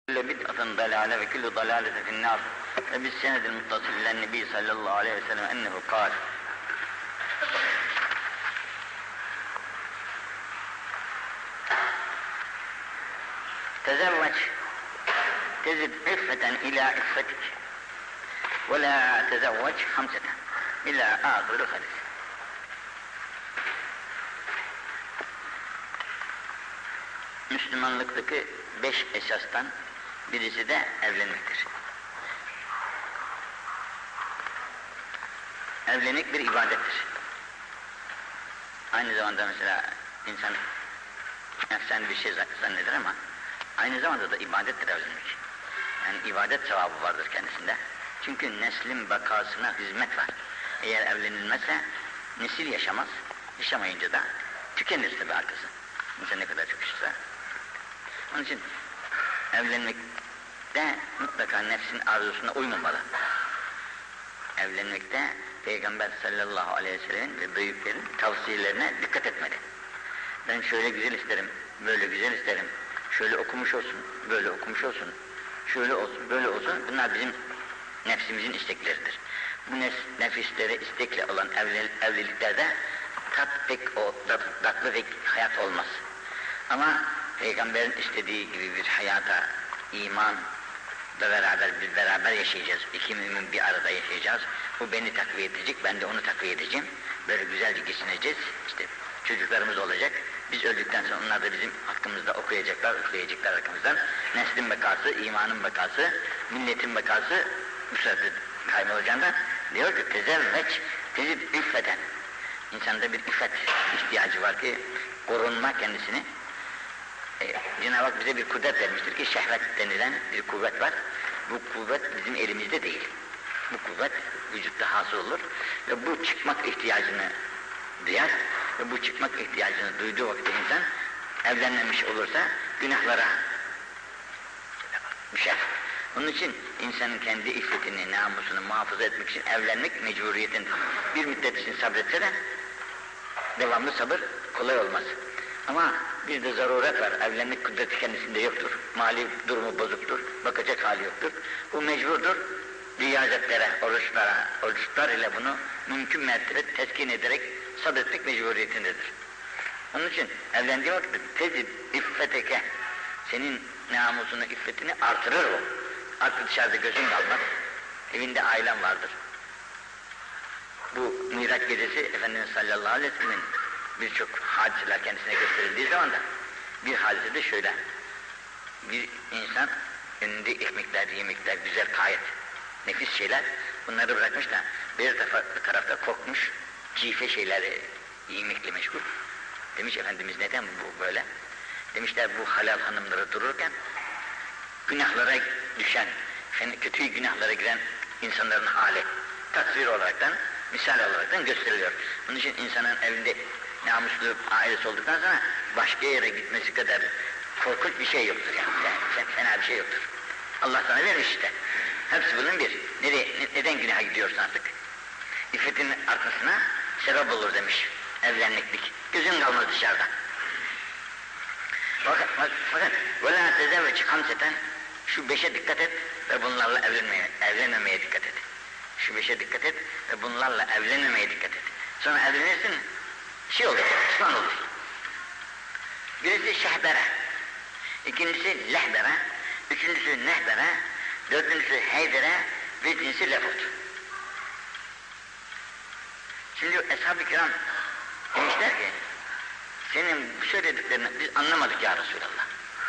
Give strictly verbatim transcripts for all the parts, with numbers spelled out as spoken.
Külle bid'atin dalâle ve küllü dalâlete finnâr. Ve bis senedil muttasil ilen nebi sallallahu aleyhi ve sellem ennehu kâl. Tezevveç tezid iffeten ila iffetik ve la tezevveç hamseten ila âhırı hadis. Müslümanlıktaki beş esastan birisi de evlenmektir. Evlilik bir ibadettir. Aynı zamanda mesela insan nefsen bir şey zanneder ama aynı zamanda da ibadettir evlenmek. Yani ibadet sevabı vardır kendisinde. Çünkü neslin bakasına hizmet var. Eğer evlenilmezse nesil yaşamaz. Yaşamayınca da tükenir tabi arkası. İnsan ne kadar çok isterse. Onun için evlenmekte mutlaka nefsin arzusuna uymamalı. Evlenmekte Peygamber sallallahu aleyhi ve sellem'in ve büyüklerin tavsiyelerine dikkat etmeli. Ben şöyle güzel isterim, böyle güzel isterim, şöyle okumuş olsun, böyle okumuş olsun, şöyle olsun, böyle olsun. Bunlar bizim nefsimizin istekleridir. Bu nef nefisleri istekli olan evli evliliklerde tat pek o, tat, tatlı pek hayat olmaz. Ama Peygamberin istediği gibi bir hayata, iman da beraber, bir beraber yaşayacağız. İki mümin bir arada yaşayacağız. Bu beni takviye edecek, ben de onu takviye edeceğim. Böyle güzelce geçineceğiz. İşte çocuklarımız olacak. Biz öldükten sonra onlar da bizim hakkımızda okuyacaklar, okuyacaklar hakkımızdan. Neslin bekası, imanın bekası, milletin bekası bu sırada kaym olacağından diyor ki tezevveç, tezid iffeten. İnsanda bir iffet ihtiyacı var ki korunma kendisini. Ee, Cenab-ı Hak bize bir kudret vermiştir ki şehvet denilen bir kuvvet var. Bu kuvvet bizim elimizde değil. Bu kuvvet vücutta hasıl olur ve bu çıkmak ihtiyacını duyar ve bu çıkmak ihtiyacını duyduğu vakitte insan evlenmemiş olursa günahlara düşer. Onun için insanın kendi iffetini, namusunu muhafaza etmek için evlenmek mecburiyetindir. Bir müddet için sabretse de devamlı sabır kolay olmaz. Ama bir de zaruret var, evlenmek kudreti kendisinde yoktur, mali durumu bozuktur, bakacak hali yoktur. Bu mecburdur, riyazetlere, oruçlara, oruçlar ile bunu mümkün mertebe teskin ederek sabretmek mecburiyetindedir. Onun için evlendiği vakitte tezid iffeteke, senin namusunu, iffetini artırır o. Artık dışarıda gözün kalmaz, evinde ailen vardır. Bu Miraç gecesi Efendimiz sallallahu aleyhi ve sellem'in birçok hadiseler kendisine gösterildiği zaman da bir hadise de şöyle: bir insan önünde ekmekler, yemekler, güzel gayet nefis şeyler, bunları bırakmış da bir tarafta, tarafta kokmuş cife şeyleri yemekle meşgul. Demiş Efendimiz neden bu böyle? Demişler bu halal hanımları dururken günahlara düşen, kötü günahlara giren insanların hali tasvir olaraktan, misal olaraktan gösteriliyor. Bunun için insanın evinde namuslu ailesi olduktan sonra başka yere gitmesi kadar korkunç bir şey yoktur yani. yani fena bir şey yoktur. Allah sana vermiş işte. Hepsi bunun bir. Nereye, ne, neden günaha gidiyorsun artık? İffetin artmasına sebep olur demiş evlenliklik. Gözün kalmaz dışarıda. Bakın, bak, bakın. وَلَا تَزَوَّجْ خَمْسَةً Şu beşe dikkat et ve bunlarla evlenmeye, evlenmemeye dikkat et. Şu beşe dikkat et ve bunlarla evlenmemeye dikkat et. Sonra evlenirsin, şey olur, pişman olursun. Birisi şehbere, ikincisi lehbere, üçüncüsü nehbere, dördüncüsü heydere, beşincisi lefut. Şimdi Eshab-ı Kiram demişler ki, senin bu söylediklerini biz anlamadık ya Resulallah.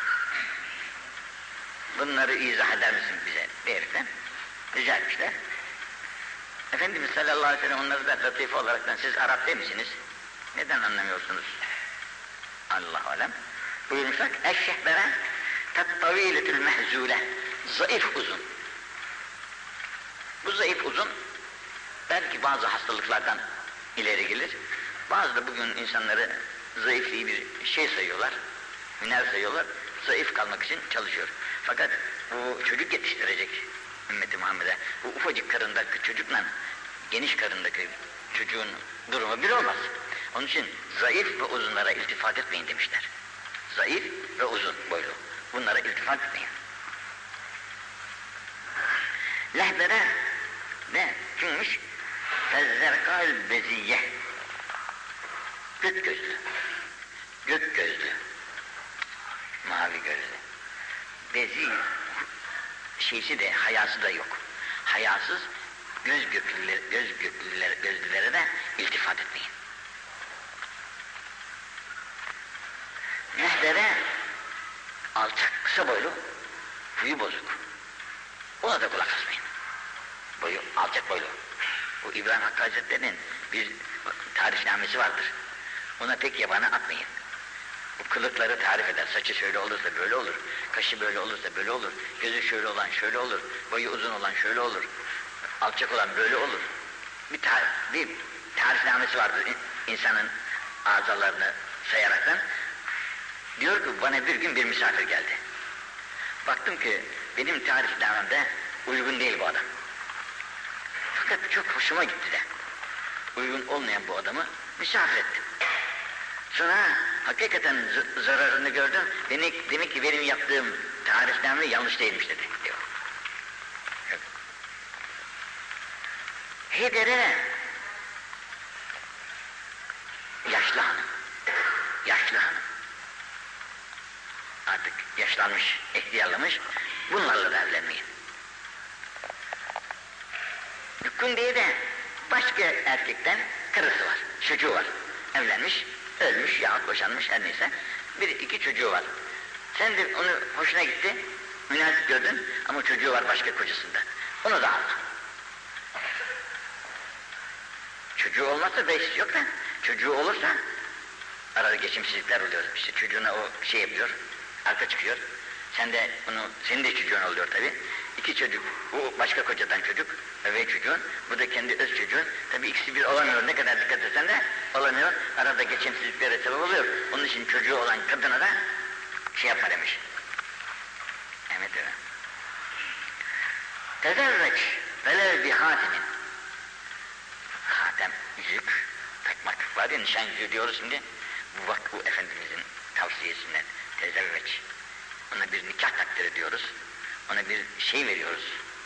Bunları izah eder misin bize diyerekten rica etmişler. Efendimiz sallallahu aleyhi ve sellem onları da latife olaraktan siz Arap değil misiniz? Neden anlamıyorsunuz? Allah alem. Buyurmuşlar ki eşşehbere tettaviletül mehzule, zayıf uzun. Bu zayıf uzun belki bazı hastalıklardan ileri gelir. Bazı da bugün insanları zayıf diye bir şey sayıyorlar, hüner sayıyorlar, zayıf kalmak için çalışıyor. Fakat bu çocuk yetiştirecek ümmeti Muhammed'e, bu ufacık karındaki çocukla geniş karındaki çocuğun durumu bir olmaz. Onun için zayıf ve uzunlara iltifat etmeyin demişler. Zayıf ve uzun boylu. Bunlara iltifat etmeyin. Lehbere ne? Kimmiş? Fezzerkal beziye. Gök gözlü. Gök gözlü. Mavi gözlü. Bezi şeysi de, hayası da yok. Hayasız göz göklüler, göz göklüler, gözlülere de iltifat etmeyin. Nehlere alçak, kısa boylu, huyu bozuk. Ona da kulak asmayın. Boyu alçak boylu. Bu İbrahim Hakkı Hazretleri'nin bir tarifnamesi vardır. Ona tek yabana atmayın. Bu kılıkları tarif eder. Saçı şöyle olursa böyle olur. Kaşı böyle olursa böyle olur. Gözü şöyle olan şöyle olur. Boyu uzun olan şöyle olur. Alçak olan böyle olur. Bir, tar bir tarifnamesi vardır insanın azalarını sayaraktan. Diyor ki bana bir gün bir misafir geldi. Baktım ki benim tarifnamemde uygun değil bu adam. Fakat çok hoşuma gitti de. Uygun olmayan bu adamı misafir ettim. Sonra hakikaten zararını gördüm. Demek, demek ki benim yaptığım tarifname yanlış değilmiş dedi. Diyor. Hedere yaşlı hanım. Yaşlı hanım. Artık yaşlanmış, ihtiyarlamış. Bunlarla da evlenmeyin. Dükkan diye de başka erkekten karısı var, çocuğu var. Evlenmiş, ölmüş yahut boşanmış her neyse. Bir iki çocuğu var. Sen de onu hoşuna gitti, münasip gördün ama çocuğu var başka kocasında. Onu da alma. Çocuğu olmazsa beis yok da, çocuğu olursa arada geçimsizlikler oluyor. İşte çocuğuna o şey yapıyor, arka çıkıyor. Sen de onu, senin de çocuğun oluyor tabi. İki çocuk, bu başka kocadan çocuk, üvey çocuğun, bu da kendi öz çocuğun. Tabi ikisi bir olamıyor, ne kadar dikkat etsen de olamıyor. Arada geçimsizliklere sebep oluyor. Onun için çocuğu olan kadına da şey yapma demiş. Evet öyle. Tezevveç velev bi hatimin. Hatem, yüzük, takmak var ya, nişan yüzüğü diyoruz şimdi. Bu vakfı Efendimizin tavsiyesinden tezevveç. Ona bir nikah takdiri diyoruz. Ona bir şey veriyoruz.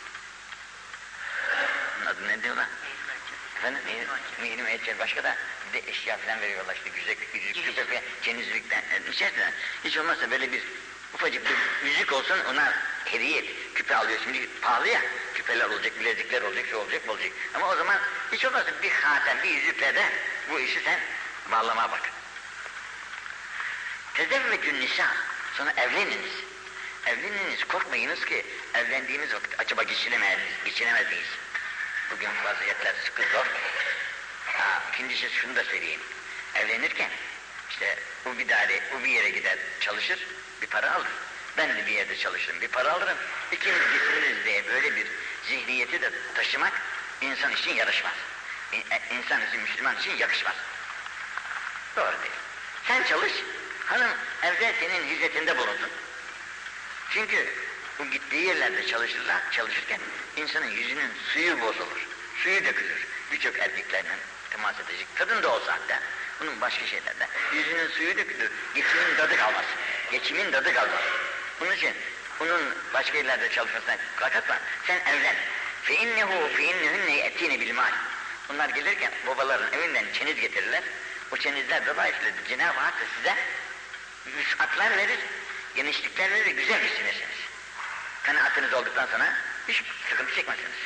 Onun adı ne diyorlar? Efendim, mihri müeccel, başka da bir de eşya falan veriyorlar işte, güzel yüzük, küpe falan, cenizlikten, içerisinden. Hiç olmazsa böyle bir ufacık bir yüzük olsun, ona hediye et. Küpe alıyor şimdi, pahalı ya, küpeler olacak, bilezikler olacak, şu olacak, bu olacak. Ama o zaman hiç olmazsa bir hatem, bir yüzükle de bu işi sen bağlamaya bak. Tezevvecün nisa, sonra evleniniz. Evleniniz, korkmayınız ki evlendiğiniz vakit acaba geçinemez, geçinemez miyiz? Bugün vaziyetler sıkı zor. Ha, ikincisi şunu da söyleyeyim. Evlenirken işte bu bir daire, bu bir yere gider çalışır, bir para alır. Ben de bir yerde çalışırım, bir para alırım. İkimiz getiririz diye böyle bir zihniyeti de taşımak insan için yarışmaz. İnsan için, Müslüman için yakışmaz. Doğru değil. Sen çalış, hanım evde senin hizmetinde bulunsun. Çünkü bu gittiği yerlerde çalışırlar, çalışırken insanın yüzünün suyu bozulur, suyu dökülür. Birçok erkeklerle temas edecek, kadın da olsa hatta, bunun başka şeylerde, yüzünün suyu dökülür, geçimin tadı kalmaz, geçimin tadı kalmaz. Bunun için, bunun başka yerlerde çalışmasına kalkatma, sen evlen. فَاِنَّهُ فَاِنَّهُنَّ يَأْتِينَ بِالْمَالِ. Bunlar gelirken babaların evinden çeniz getirirler, o çenizler dolayısıyla Cenab-ı Hak da size vüsatlar verir, genişlikler verir, güzel geçinirsiniz. Kanaatiniz olduktan sonra hiç sıkıntı çekmezsiniz.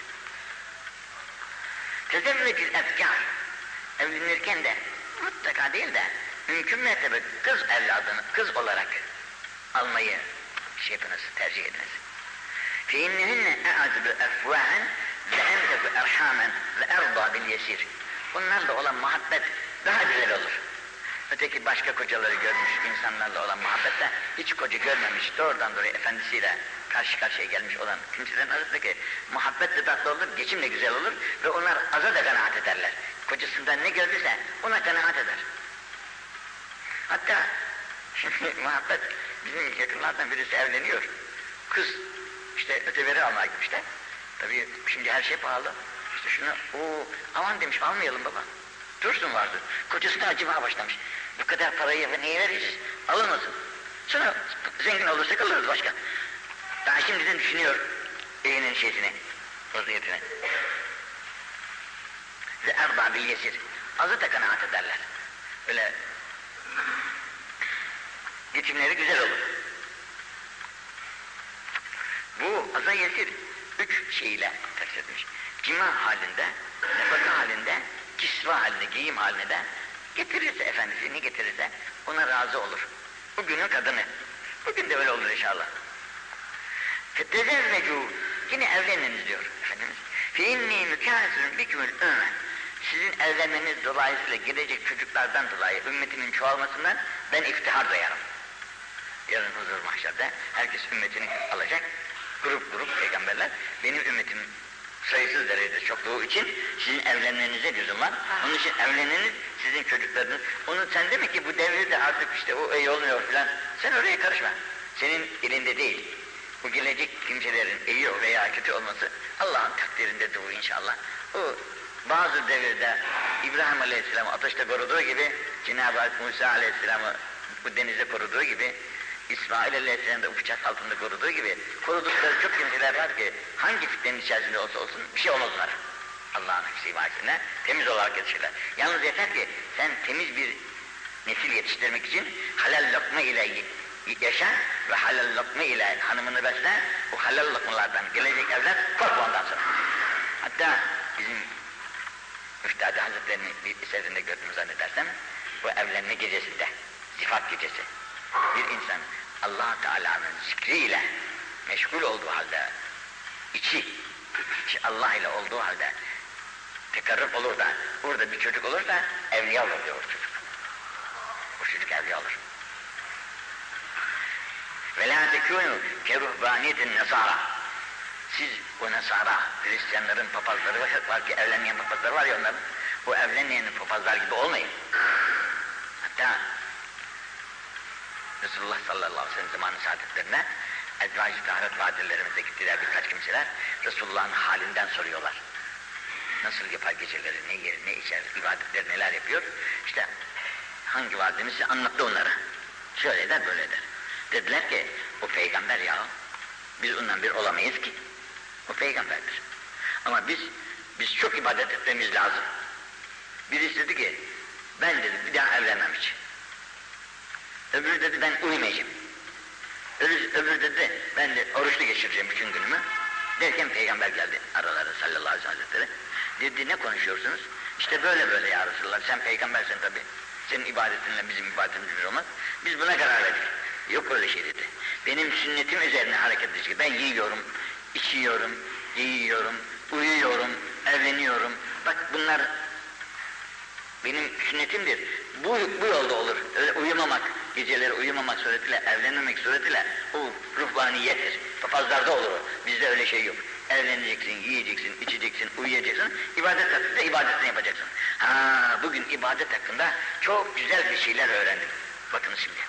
Tezevvecül efkâr, evlenirken de mutlaka değil de mümkün mertebe kız evladını kız olarak almayı şey yapınız, tercih ediniz. فَاِنِّهِنَّ اَعَزْبُ اَفْوَاهًا وَاَنْتَفُ اَرْحَامًا وَاَرْضَى بِالْيَسِيرِ. Bunlarla olan muhabbet daha güzel olur. Öteki başka kocaları görmüş insanlarla olan muhabbette hiç koca görmemiş, doğrudan doğruya efendisiyle karşı karşıya gelmiş olan kimselerin arasındaki muhabbet de tatlı olur, geçim de güzel olur ve onlar aza da kanaat ederler. Kocasından ne gördüyse ona kanaat eder. Hatta şimdi muhabbet, bizim yakınlardan birisi evleniyor. Kız işte öteberi almaya gitmişler. Tabii şimdi her şey pahalı. İşte şunu, o aman demiş, almayalım baba. Dursun vardı. Kocası da acımaya başlamış. Bu kadar parayı neye vereceğiz? Alınmasın. Sonra zengin olursak alırız başka. Daha şimdiden düşünüyor evinin şeysini. vaziyetine. Ve erba bil yesir. Azı da kanaat ederler. Öyle geçimleri güzel olur. Bu aza yesir üç şeyle ters etmiş. Cima halinde, nefaka halinde, kisva halinde, giyim halinde de getirirse efendisi ne getirirse ona razı olur. Bugünün kadını. Bugün de öyle olur inşallah. Fetezevvecu, yine evleniniz diyor Efendimiz. Fe inni mükâsirun bikümül ümmet. Sizin evlenmeniz dolayısıyla gelecek çocuklardan dolayı ümmetimin çoğalmasından ben iftihar duyarım. Yarın huzur mahşerde herkes ümmetini alacak. Grup grup peygamberler. Benim ümmetim sayısız derecede çokluğu için sizin evlenmenize lüzum var. Onun için evleniniz, sizin çocuklarınız. Onu sen demek ki bu devirde artık işte o iyi olmuyor filan. Sen oraya karışma. Senin elinde değil. Bu gelecek kimselerin iyi veya kötü olması Allah'ın takdirinde bu inşallah. O bazı devirde İbrahim Aleyhisselam'ı ateşte koruduğu gibi, Cenab-ı Hak Musa Aleyhisselam'ı bu denize koruduğu gibi, İsmail Aleyhisselam'ı da bıçak altında koruduğu gibi, korudukları çok kimseler var ki hangi fitnenin içerisinde olsa olsun bir şey olmaz onlara. Allah'ın himayesine temiz olarak yetişirler. Yalnız yeter ki sen temiz bir nesil yetiştirmek için halal lokma ile yaşa ve halal lokma ile hanımını besle, o halal lokmalardan gelecek evlat korkma ondan sonra. Hatta bizim Üftade Hazretleri'ni bir seferinde gördüm zannedersem, bu evlenme gecesinde, zifaf gecesi, bir insan Allah-u Teala'nın zikriyle meşgul olduğu halde, içi, içi Allah ile olduğu halde tekarruf olur da, orada bir çocuk olursa evliya olur diyor o çocuk. O çocuk evliya olur. وَلَا تَكُونُوا كَرُهْبَانِيَةٍ نَصَارَى. Siz o Nasara, Hristiyanların papazları var ki evlenmeyen papazlar var ya onların, o evlenmeyen papazlar gibi olmayın. Hatta Resulullah sallallahu aleyhi ve sellem zamanı saadetlerine Ezvac-ı Taharet vadilerimize gittiler birkaç kimseler, Resulullah'ın halinden soruyorlar. Nasıl yapar geceleri, ne yer, ne içer, ibadetleri neler yapıyor? İşte hangi vadimizi anlattı onlara. Şöyle eder, böyle eder. Dediler ki, o peygamber ya, biz ondan bir olamayız ki. O peygamberdir. Ama biz, biz çok ibadet etmemiz lazım. Birisi dedi ki, ben dedi bir daha evlenmem hiç. Öbürü dedi ben uyumayacağım. Öbürü, öbürü dedi ben de oruçlu geçireceğim bütün günümü. Derken peygamber geldi araları sallallahu aleyhi ve sellem. Dedi ne konuşuyorsunuz? İşte böyle böyle ya Resulallah, sen peygambersin tabi. Senin ibadetinle bizim ibadetimiz bir olmaz. Biz buna karar verdik. Yok öyle şey dedi. Benim sünnetim üzerine hareket edecek. Ben yiyorum, içiyorum, giyiyorum, uyuyorum, evleniyorum. Bak bunlar benim sünnetimdir. Bu, bu yolda olur. Öyle uyumamak, geceleri uyumamak suretiyle, evlenmemek suretiyle o ruhbaniyettir. Papazlarda olur o. Bizde öyle şey yok. Evleneceksin, yiyeceksin, içeceksin, uyuyacaksın, ibadet hakkında ibadetini yapacaksın. Ha, bugün ibadet hakkında çok güzel bir şeyler öğrendim. Bakın şimdi.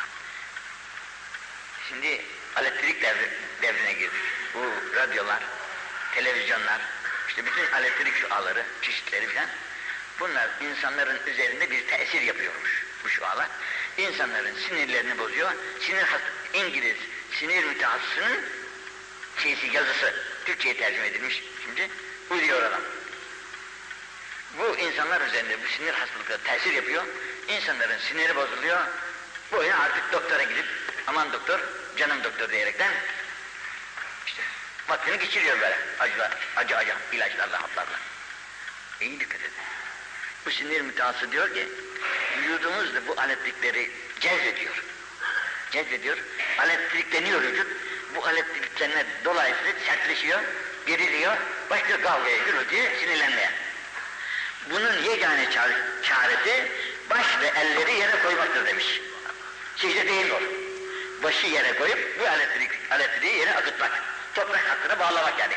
Şimdi elektrik devri, devrine girdik. Bu radyolar, televizyonlar, işte bütün elektrik şuaları, çeşitleri filan, bunlar insanların üzerinde bir tesir yapıyormuş bu şualar. İnsanların sinirlerini bozuyor. Sinir hast İngiliz sinir mütehassısının şeysi, yazısı Türkçe'ye tercüme edilmiş şimdi. Uyuyor adam. Bu insanlar üzerinde bu sinir hastalıkları tesir yapıyor. İnsanların siniri bozuluyor. Bu oyuna artık doktora gidip aman doktor, canım doktor diyerekten işte vaktini geçiriyor böyle acılar, acı acı ilaçlarla, haplarla. İyi dikkat edin. Bu sinir mütehassısı diyor ki vücudumuz da bu elektrikleri cezbediyor. Cezbediyor, elektrikleniyor vücut. Bu elektriklenme dolayısıyla sertleşiyor, geriliyor, başka kavgaya, gürültüye, sinirlenmeye. Bunun yegane çaresi baş ve elleri yere koymaktır demiş. Secde değil o. Başı yere koyup bu elektrik, elektriği yere akıtmak. Toprak hattına bağlamak yani.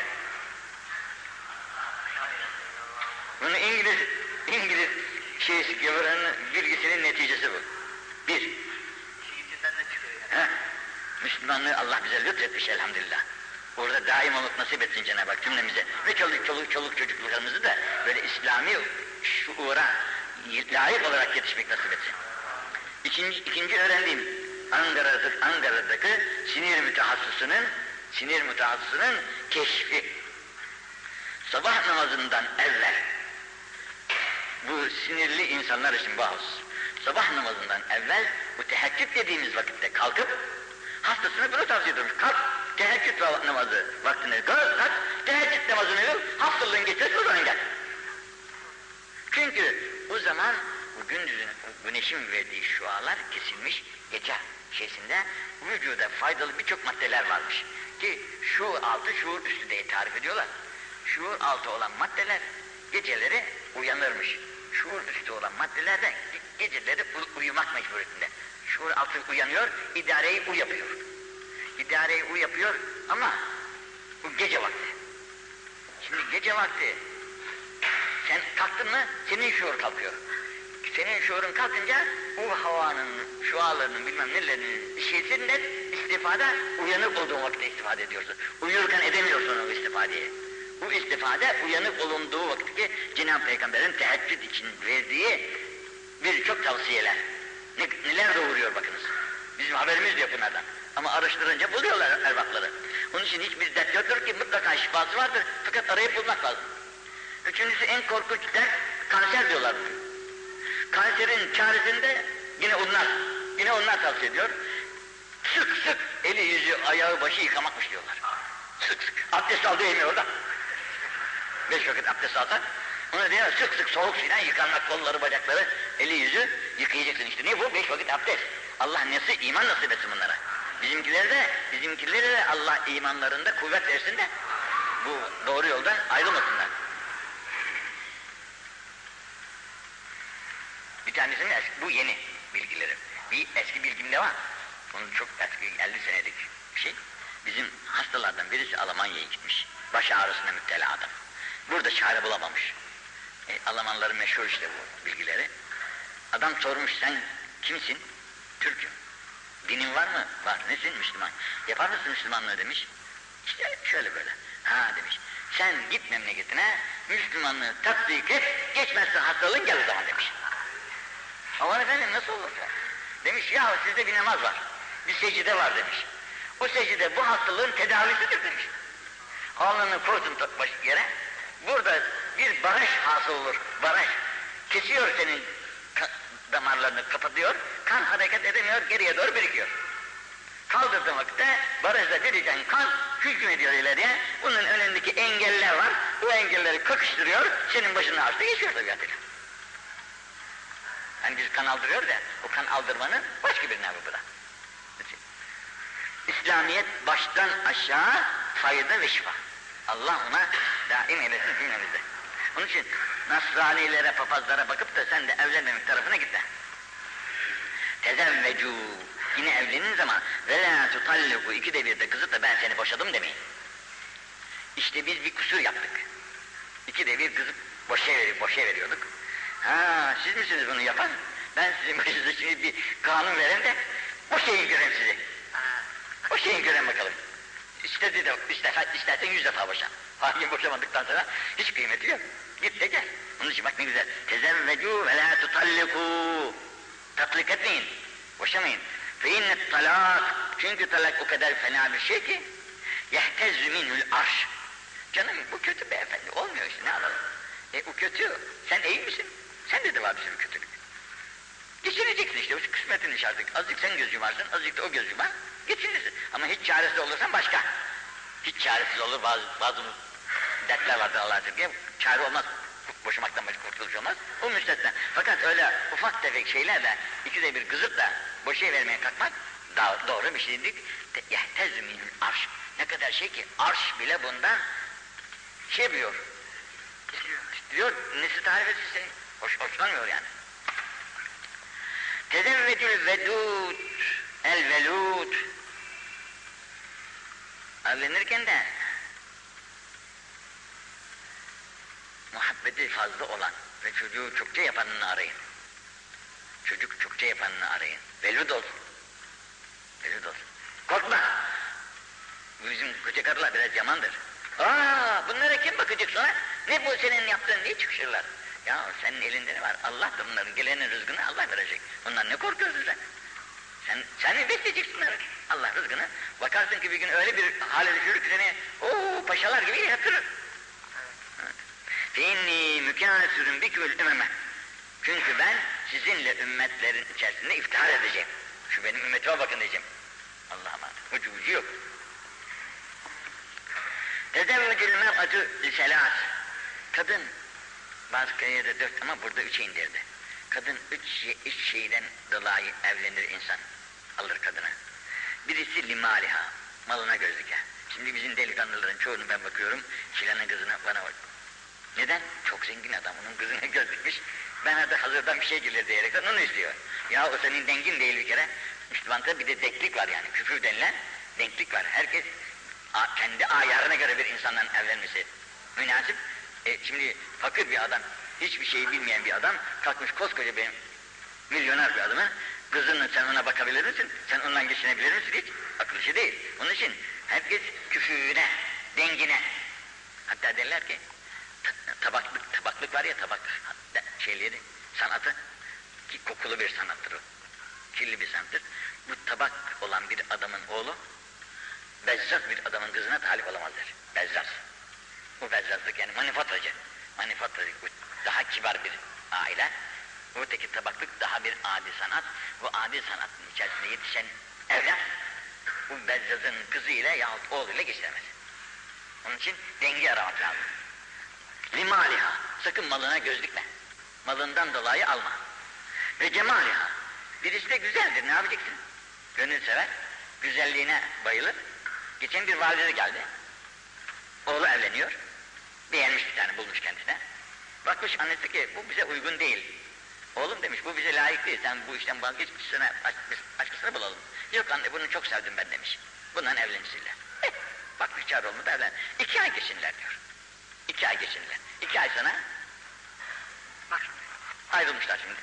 Bunu İngiliz, İngiliz şeysi gavurunun bilgisinin neticesi bu. Bir. Şiitinden de çıkıyor yani. Müslümanlığı Allah bize lütfetmiş elhamdülillah. Orada daim olup nasip etsin Cenab-ı Hak cümlemize. Ve çoluk çoluk çoluk çocuklarımızı da böyle İslami şuura layık olarak yetişmek nasip etsin. İkinci, ikinci öğrendiğim Ankara'daki, Ankara'daki sinir mütehassısının sinir mütehassısının keşfi. sabah namazından evvel, bu sinirli insanlar için bahus, sabah namazından evvel bu teheccüd dediğimiz vakitte kalkıp hastasına bunu tavsiye ediyormuş. Kalk, teheccüd namazı vaktinde kalk, kalk, teheccüd namazını ver, hastalığın geçer, o zaman gel. Çünkü o zaman bu gündüzün, güneşin verdiği şualar kesilmiş, gece şeysinde vücuda faydalı birçok maddeler varmış. Ki şuur altı, şuur üstü diye tarif ediyorlar. Şuur altı olan maddeler geceleri uyanırmış. Şuur üstü olan maddeler de geceleri uyumak mecburiyetinde. Şuur altı uyanıyor, idareyi u yapıyor. İdareyi u yapıyor ama bu gece vakti. Şimdi gece vakti sen kalktın mı senin şuur kalkıyor. Senin şuurun kalkınca o havanın, şualarının bilmem nelerinin şeysinden istifade uyanık olduğun vakitte istifade ediyorsun. Uyurken edemiyorsun o istifadeyi. Bu istifade uyanık olunduğu vakitte Cenab-ı Peygamber'in teheccüd için verdiği birçok tavsiyeler. Ne, neler doğuruyor bakınız. Bizim haberimiz yok bunlardan. Ama araştırınca buluyorlar erbapları. Onun için hiçbir dert yoktur ki mutlaka şifası vardır. Fakat arayıp bulmak lazım. Üçüncüsü en korkunç dert kanser diyorlar. Kanserin çaresinde yine onlar, yine onlar tavsiye ediyor. Sık sık eli yüzü ayağı başı yıkamakmış diyorlar. Sık sık. Abdest aldığı yemeği orada. Beş vakit abdest alsak, ona diyor sık sık soğuk suyla yıkanmak, kolları bacakları, eli yüzü yıkayacaksın işte. Ne bu? Beş vakit abdest. Allah nasip, iman nasip etsin bunlara. Bizimkileri de, bizimkileri de Allah imanlarında kuvvet versin de bu doğru yoldan ayrılmasınlar. Bir tanesinin eski, bu yeni bilgileri. Bir eski bilgim de var. Onun çok eski, elli senelik bir şey. Bizim hastalardan birisi Almanya'ya gitmiş. Baş ağrısına müptela adam. Burada çare bulamamış. E, Almanların meşhur işte bu bilgileri. Adam sormuş, sen kimsin? Türk'üm. Dinin var mı? Var. Nesin? Müslüman. Yapar mısın Müslümanlığı demiş. İşte şöyle böyle. Ha demiş. Sen git memleketine, Müslümanlığı tatbik et, geçmezse hastalığın gel o zaman demiş. Aman efendim nasıl olur? Demiş ya sizde bir namaz var. Bir secde var demiş. O secde bu hastalığın tedavisidir demiş. Alnını koydun baş yere. Burada bir baraj hasıl olur. Baraj. Kesiyor senin damarlarını, kapatıyor. Kan hareket edemiyor, geriye doğru birikiyor. Kaldırdığın vakitte barajda biriken kan hüküm ediyor ileriye. Bunun önündeki engeller var. Bu engelleri kakıştırıyor. Senin başını açtı geçiyor tabiatıyla. Hani biz kan aldırıyoruz ya, o kan aldırmanın başka bir nevi bu da. İslamiyet baştan aşağı fayda ve şifa. Allah ona daim eylesin cümlemizde. Onun için Nasranilere, papazlara bakıp da sen de evlenmemek tarafına git de. Tezevvecû, yine evlenin zaman ve lâ tutalliku, ikide bir de kızıp da ben seni boşadım demeyin. İşte biz bir kusur yaptık. İkide bir kızıp boşa, ver, boşa veriyorduk. Ha, siz misiniz bunu yapan? Ben sizin başınıza şimdi bir kanun vereyim de o şeyi göreyim sizi. O şeyi göreyim bakalım. İstedi de istersen, istersen yüz defa boşan. Hakim boşamadıktan sonra hiç kıymeti yok. Git de gel. Onun için bak ne güzel. Tezevvecû ve lâ tutallikû. Tatlik etmeyin. Boşamayın. Fe innet talak. Çünkü talak o kadar fena bir şey ki yehtezzü minhül arş. Canım bu kötü beyefendi. Olmuyor işte ne alalım. E o kötü. Sen iyi misin? Sende de var bir sürü kötülük. Geçineceksin işte. O kısmetin işareti. Azıcık sen göz yumarsın. Azıcık da o göz yumar. Geçinirsin. Ama hiç çaresiz olursan başka. Hiç çaresiz olur. Bazı, bazı dertler vardır Allah'a şükür. Çare olmaz. Boşamaktan başka kurtuluş olmaz. O müstesna. Fakat öyle ufak tefek şeylerle ikide bir kızıp da boşaya vermeye kalkmak daha doğru bir şey değil. Yehtezü minhül arş. Ne kadar şey ki arş bile bundan şey biliyor. Diyor, nesi tarif etsin seni? Hoş, hoşlanmıyor yani. Tezevvedül vedud, el velud. Evlenirken de muhabbeti fazla olan ve çocuğu çokça yapanını arayın. Çocuk çokça yapanını arayın. Velud olsun. Velud olsun. Korkma. Bizim koca karılar biraz yamandır. Aa, bunlara kim bakacak sonra? Ne bu senin yaptığın diye çıkışırlar. Ya senin elinde ne var? Allah da bunların gelenin rızkını Allah verecek. Bundan ne korkuyorsun sen? Sen, sen mi besleyeceksin bunları? Allah rızkını. Bakarsın ki bir gün öyle bir hale düşürür ki seni ooo paşalar gibi yatırır. فَاِنِّي مُكَاسِرٌ بِكُمُ الْاُمَمَ. Çünkü ben sizinle ümmetlerin içerisinde iftihar edeceğim. Şu benim ümmetime bakın diyeceğim. Allah'ım ucu ucu yok. Tezevvecül mer'atü liselâs. Kadın, bazı kayıda dört ama burada üçe indirdi. Kadın üç, üç şeyden dolayı evlenir insan. Alır kadına. Birisi limaliha, malına göz diker. Şimdi bizim delikanlıların çoğunu ben bakıyorum, filanın kızına bana bak. Neden? Çok zengin adam, onun kızına göz dikmiş. Bana da hazırdan bir şey gelir diyerekten onu istiyor. Ya o senin dengin değil bir kere. Müslümanlıkta bir de denklik var yani, küfür denilen denklik var. Herkes kendi ayarına göre bir insanla evlenmesi münasip. E şimdi fakir bir adam, hiçbir şeyi bilmeyen bir adam, kalkmış koskoca bir milyoner bir adamı, kızının sen ona bakabilir misin? Sen ondan geçinebilir misin hiç? Akıl işi değil. Onun için herkes küfüğüne, dengine. Hatta derler ki, tabaklık, tabaklık var ya tabak şeyleri, sanatı, ki kokulu bir sanattır o. Kirli bir sanattır. Bu tabak olan bir adamın oğlu, bezzaz bir adamın kızına talip olamaz der. Bezzaz. Bu bezzazlık yani manifaturacı. Manifaturacı, bu daha kibar bir aile. Öteki tabaklık daha bir adi sanat. Bu adi sanatın içerisinde yetişen evlat, bu bezzazın kızıyla yahut oğluyla geçiremez. Onun için denge aramak lazım. Limaliha, sakın malına göz dikme. Malından dolayı alma. Ve cemaliha, birisi de güzeldir, ne yapacaksın? Gönül sever, güzelliğine bayılır. Geçen bir valide geldi. Oğlu evleniyor. Beğenmiş bir tane, bulmuş kendisine. Bakmış annesi ki bu bize uygun değil. Oğlum demiş bu bize layık değil, sen bu işten vazgeç, sana başkasını bulalım. Yok anne bunu çok sevdim ben demiş. Bundan evlensinler. Eh, bak bir çare olmadı evlen. İki ay geçinler diyor. İki ay geçinler. İki ay sonra bak ayrılmışlar şimdi.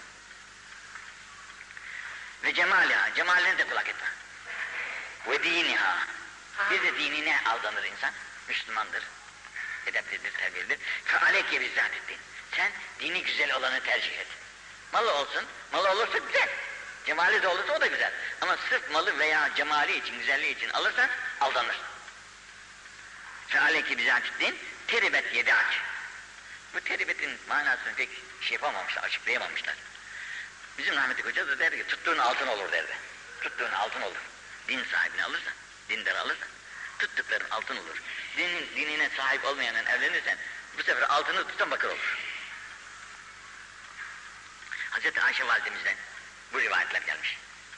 Ve cemaliha, cemaline de kulak etme. Ve diniha, bir de dinine aldanır insan. Müslümandır, edeplidir, terbiyelidir. Fealeyke bizzat ettin. Sen dini güzel olanı tercih et. Malı olsun, malı olursa güzel. Cemali de olursa o da güzel. Ama sırf malı veya cemali için, güzelliği için alırsan aldanır. Fealeyke bizzat ettin, teribet yedak. Bu teribetin manasını pek şey yapamamışlar, açıklayamamışlar. Bizim rahmetli hoca da der ki tuttuğun altın olur derdi. Tuttuğun altın olur. Din sahibini alırsan, dindar alırsan, tuttukların altın olur. Dinin, dinine sahip olmayanın evlenirsen, bu sefer altını tutan bakır olur. Hazreti Ayşe validemizden bu rivayetler gelmiş.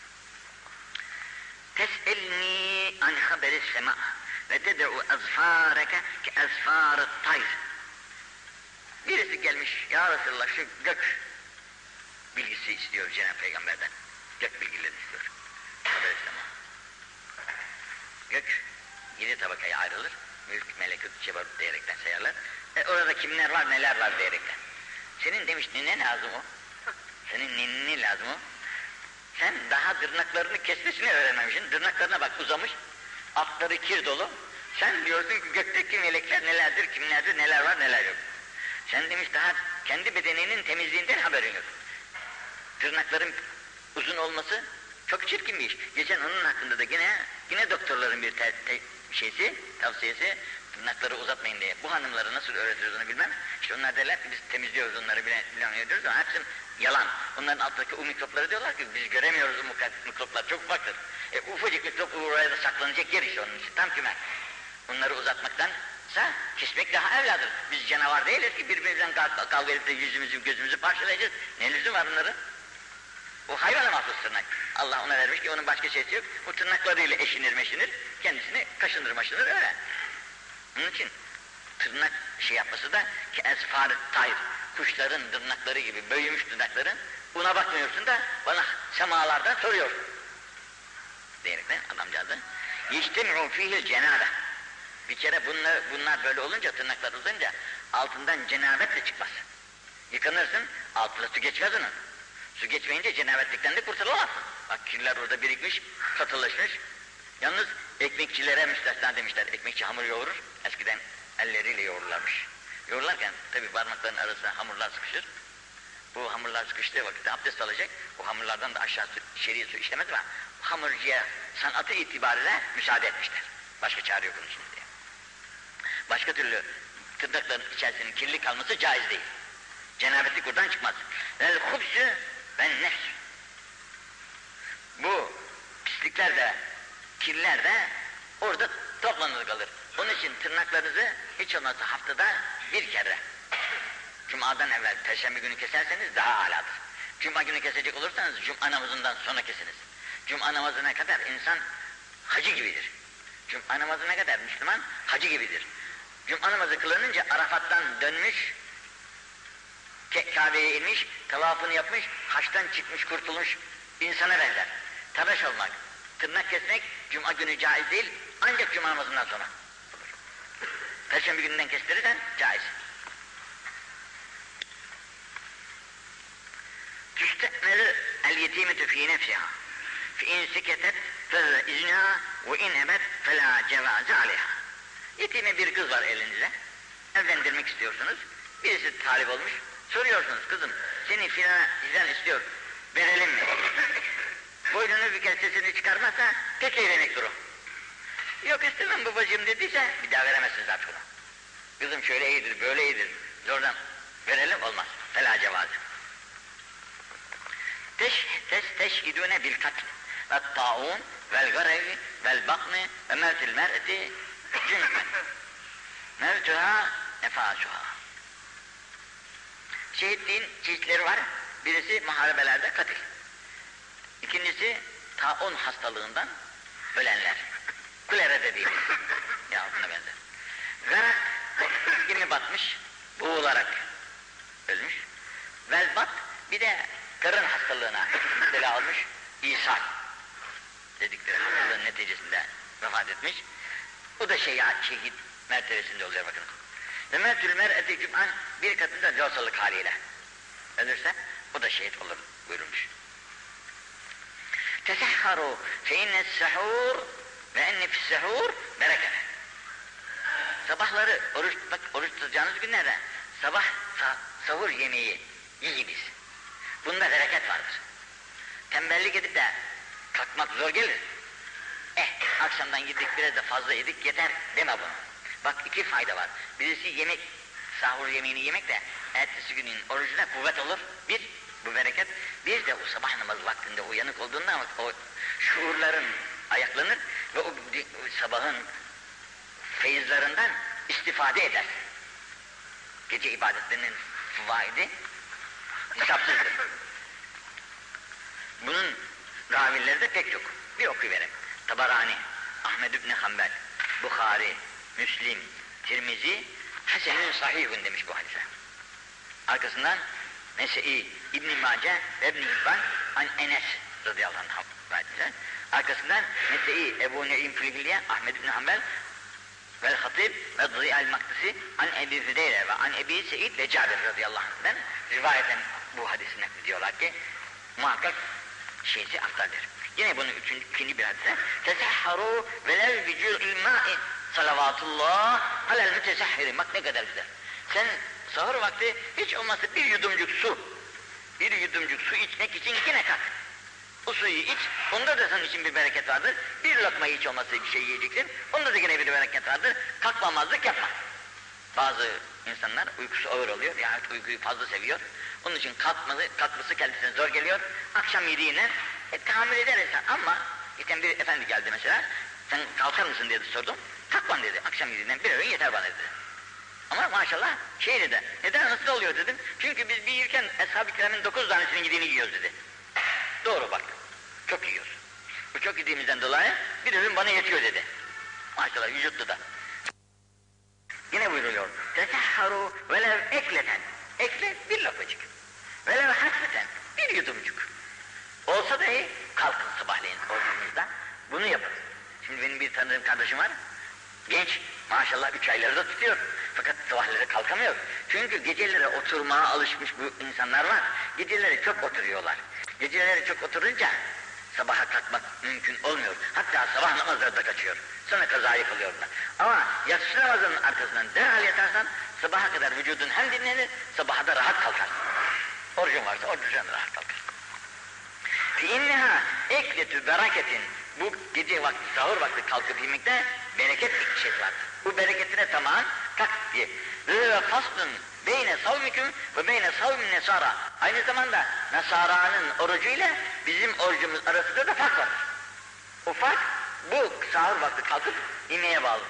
Tes'elni an haberis sema ve ted'u azfareke ke azfarı tayr. Birisi gelmiş, ya Resulallah şu gök bilgisi istiyor Cenab-ı Peygamber'den. Gök bilgilerini istiyor. Haberis sema. Gök yedi tabakaya ayrılır. Mülk, melekut, cebarut diyerekten sayarlar. E orada kimler var, neler var diyerekten. Senin demiş ne lazım o? Senin ninni lazım o. Sen daha tırnaklarını kesmesini öğrenmemişsin. Tırnaklarına bak uzamış. Altları kir dolu. Sen diyorsun ki gökteki melekler nelerdir, kimlerdir, neler var, neler yok. Sen demiş daha kendi bedeninin temizliğinden haberin yok. Tırnakların uzun olması çok çirkin bir iş. Geçen onun hakkında da yine yine doktorların bir te, te, şeysi, tavsiyesi tırnakları uzatmayın diye. Bu hanımlara nasıl öğretiriz onu bilmem. İşte onlar derler ki biz temizliyoruz onları bile ediyoruz ama hepsi yalan. Onların alttaki o mikropları diyorlar ki biz göremiyoruz o mikroplar çok ufaktır. E ufacık mikrop oraya da saklanacak yer işte onun için tam kümen. Onları uzatmaktansa kesmek daha evladır. Biz canavar değiliz ki birbirimizden kavga edip de yüzümüzü gözümüzü parçalayacağız. Ne lüzum var bunları? O hayvana mahsus tırnak. Allah ona vermiş ki onun başka şeysi yok. O tırnaklarıyla eşinir meşinir, kendisini kaşınır maşınır öyle. Onun için tırnak şey yapması da ki esfar tayr, kuşların tırnakları gibi büyümüş tırnakların, buna bakmıyorsun da bana semalardan soruyorsun. Diyerekten adamcağızı. Yeştemi'u fihil cenâbe. Bir kere bunlar, bunlar böyle olunca, tırnaklar uzunca altından cenabet de çıkmaz. Yıkanırsın, altına su geçmez onun. Su geçmeyince cenabetlikten de kurtulamazsın. Bak kirler orada birikmiş, katılaşmış. Yalnız ekmekçilere müstesna demişler. Ekmekçi hamur yoğurur, eskiden elleriyle yoğururlarmış. Yoğururlarken tabi parmakların arasına hamurlar sıkışır. Bu hamurlar sıkıştığı vakitte abdest alacak, o hamurlardan da aşağı su, içeriye su işlemez ama hamurcuya sanatı itibariyle müsaade etmişler. Başka çare yok onun için diye. Başka türlü tırnakların içerisinin kirli kalması caiz değil. Cenabetlik buradan çıkmaz. El hubsü ben nefs. Bu pislikler de, kirler de orada toplanır kalır. Onun için tırnaklarınızı hiç olmazsa haftada bir kere, Cuma'dan evvel Perşembe günü keserseniz daha âladır. Cuma günü kesecek olursanız Cuma namazından sonra kesiniz. Cuma namazına kadar insan hacı gibidir. Cuma namazına kadar Müslüman hacı gibidir. Cuma namazı kılınınca Arafat'tan dönmüş, Kabe'ye inmiş, tavafını yapmış, haçtan çıkmış, kurtulmuş insana benzer. Tıraş olmak, tırnak kesmek Cuma günü caiz değil, ancak Cuma namazından sonra olur. Perşembe gününden kestirirsen caiz. Tüstekmeli el yetimeti fî nefsiha fe in seketet fe izniha ve in ebet fe la cevaze aleyha. Yetime bir kız var elinize, evlendirmek istiyorsunuz, birisi talip olmuş, soruyorsunuz, kızım seni filan filan istiyor, verelim mi? Boynunu büker, sesini çıkarmazsa tek evlenmek durum. Yok istemem babacığım dediyse bir daha veremezsiniz artık onu. Kızım şöyle iyidir, böyle iyidir, zordan verelim, olmaz. Fela cevazı. Teş, teş, teşhidûne bil katl ve ta'un vel garevi vel bakni ve mevtil mer'eti cünben mevtuha nefasuha. Şehitliğin çeşitleri var. Birisi muharebelerde katil. İkincisi taun hastalığından ölenler. Kulere dediğimiz. Ya buna benzer. Garak gemi batmış, boğularak ölmüş. Velbat bir de karın hastalığına müptela olmuş, ishal dedikleri hastalığın neticesinde vefat etmiş. O da şey, şehit mertebesinde oluyor bakın. Ve mertül mer'eti cüm'an bir kadın da losalık haliyle ölürse o da şehit olur buyurulmuş. Tesahharu fe innes sahur ve enne fis sahur bereket. Sabahları oruç, bak, oruç tutacağınız günlerde sabah sah sahur yemeği yiyiniz. Bunda bereket vardır. Tembellik edip de kalkmak zor gelir. Eh, akşamdan yedik, biraz da fazla yedik, yeter deme bunu. Bak iki fayda var. Birisi yemek, sahur yemeğini yemek de ertesi günün orucuna kuvvet olur. Bir, bu bereket. Bir de o sabah namazı vaktinde uyanık olduğunda o şuurların ayaklanır ve o, o sabahın feyizlerinden istifade eder. Gece ibadetlerinin faidi hesapsızdır. Bunun ravileri de pek çok. Bir okuyuvereyim. Tabarani, Ahmed ibn Hanbel, Bukhari, Müslim, Tirmizi, Hasen'ün sahihun demiş bu hadise. Arkasından Nese'i, İbn-i Mace ve İbn-i İbban, An Enes radıyallahu anh hadise. Arkasından Nese'i, Ebu Ne'im Fülhilye, Ahmed ibn Hanbel, vel Hatib ve Ziya'l Maktisi, An Ebi Züdeyre ve An Ebi Seyyid ve Cabir radıyallahu anh'den rivayeten bu hadisi naklediyorlar ki muhakkak şeysi aftaldir. Yine bunun üçüncü, ikinci bir hadise. Tesahharu velev bicû'il mâ'i salavatullah alel mütesahhirin. Bak ne kadar güzel. Sen sahur vakti hiç olmazsa bir yudumcuk su, bir yudumcuk su içmek için yine kalk. O suyu iç, onda da senin için bir bereket vardır. Bir lokmayı hiç olmazsa bir şey yiyeceksin, onda da yine bir bereket vardır. Kalkmamazlık yapma. Bazı insanlar uykusu ağır oluyor, yani uykuyu fazla seviyor. Onun için kalkması, kalkması kendisine zor geliyor. Akşam yediğine e, tahammül eder insan ama geçen bir efendi geldi mesela, sen kalkar mısın diye sordum. Kalkmam dedi, akşam yediğinden bir öğün yeter bana dedi. Ama maşallah şey dedi, neden nasıl oluyor dedim. Çünkü biz bir yiyirken Eshab-ı Kiram'ın dokuz tanesinin yediğini yiyoruz dedi. Doğru bak, çok yiyoruz. Bu çok yediğimizden dolayı bir öğün bana yetiyor dedi. Maşallah vücutlu da. Yine buyuruyor. Tesahharu velev ekleten. Ekle bir lokacık. Velev hasbeten bir yudumcuk. Olsa dahi kalkın sabahleyin orucunuzda. Bunu yapın. Şimdi benim bir tanıdığım kardeşim var. Genç, maşallah üç ayları da tutuyor. Fakat sabahları kalkamıyor. Çünkü geceleri oturmaya alışmış bu insanlar var. Geceleri çok oturuyorlar. Geceleri çok oturunca sabaha kalkmak mümkün olmuyor. Hatta sabah namazları da kaçıyor. Sonra kazayı kılıyorlar. Ama yatsı namazının arkasından derhal yatarsan sabaha kadar vücudun hem dinlenir, sabaha da rahat kalkar. Orucun varsa orucun rahat kalkar. فَاِنَّهَا اَكْلَتُ bereketin. Bu gece vakti, sahur vakti kalkıp yemekte bereket bir şey var. Bu bereketine tamam kalk diye. ve faslun beyne savmikum ve beyne savmin nesara. Aynı zamanda Nasara'nın orucu ile bizim orucumuz arasında da fark vardır. O fark bu sahur vakti kalkıp yemeğe bağlıdır.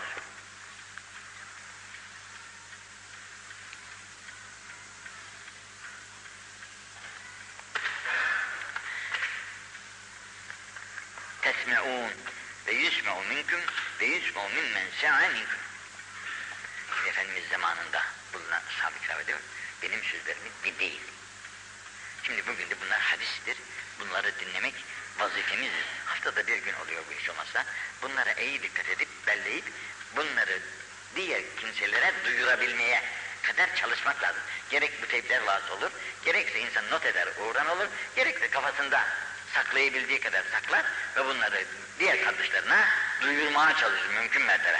Tesme'un ve yusme'u minkum ve yusme'u mimmen se'a minkum. Efendimiz zamanında bulunan ashab-ı kiram ediyor. Benim sözlerimi bir değil. Şimdi bugün de bunlar hadistir. Bunları dinlemek vazifemizdir. Haftada bir gün oluyor bu iş olmazsa. Bunlara iyi dikkat edip, belleyip, bunları diğer kimselere duyurabilmeye kadar çalışmak lazım. Gerek bu teypler vasıta olur, gerekse insan not eder, uğran olur, gerekse kafasında saklayabildiği kadar saklar ve bunları diğer kardeşlerine duyurmaya çalışır mümkün mertebe.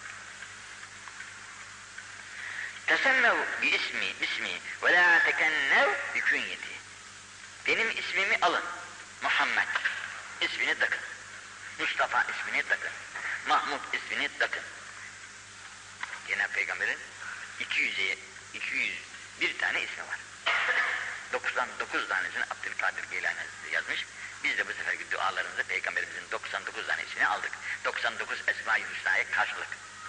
Tesemmev bi ismi, bismi ve la tekennev bi künyeti. Benim ismimi alın. Muhammed ismini takın. Mustafa ismini takın. Mahmud ismini takın. Cenab-ı Peygamber'in iki yüze iki yüz bir tane ismi var. doksan dokuz tanesini Abdülkadir Geylani yazmış. Biz de bu seferki dualarımızda Peygamberimizin doksan dokuz tanesini aldık. doksan dokuz Esma-i Hüsna'ya karşılık.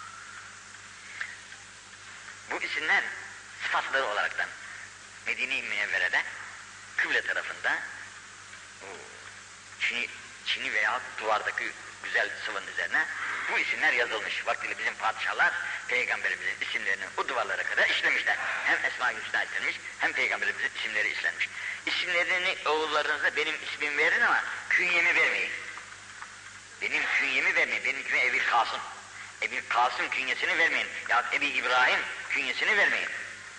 Bu isimler sıfatları olaraktan Medine-i Münevvere'de kıble tarafında Çini, Çini veya duvardaki güzel sıvının üzerine bu isimler yazılmış. Vaktiyle bizim padişahlar Peygamberimizin isimlerini o duvarlara kadar işlemişler. Hem Esma-i Hüsna işlenmiş hem Peygamberimizin isimleri işlenmiş. İsimlerini oğullarınıza benim ismimi verin ama künyemi vermeyin. Benim künyemi vermeyin. Benim künyem Ebil Kasım. Ebil Kasım künyesini vermeyin. Ya Ebi İbrahim künyesini vermeyin.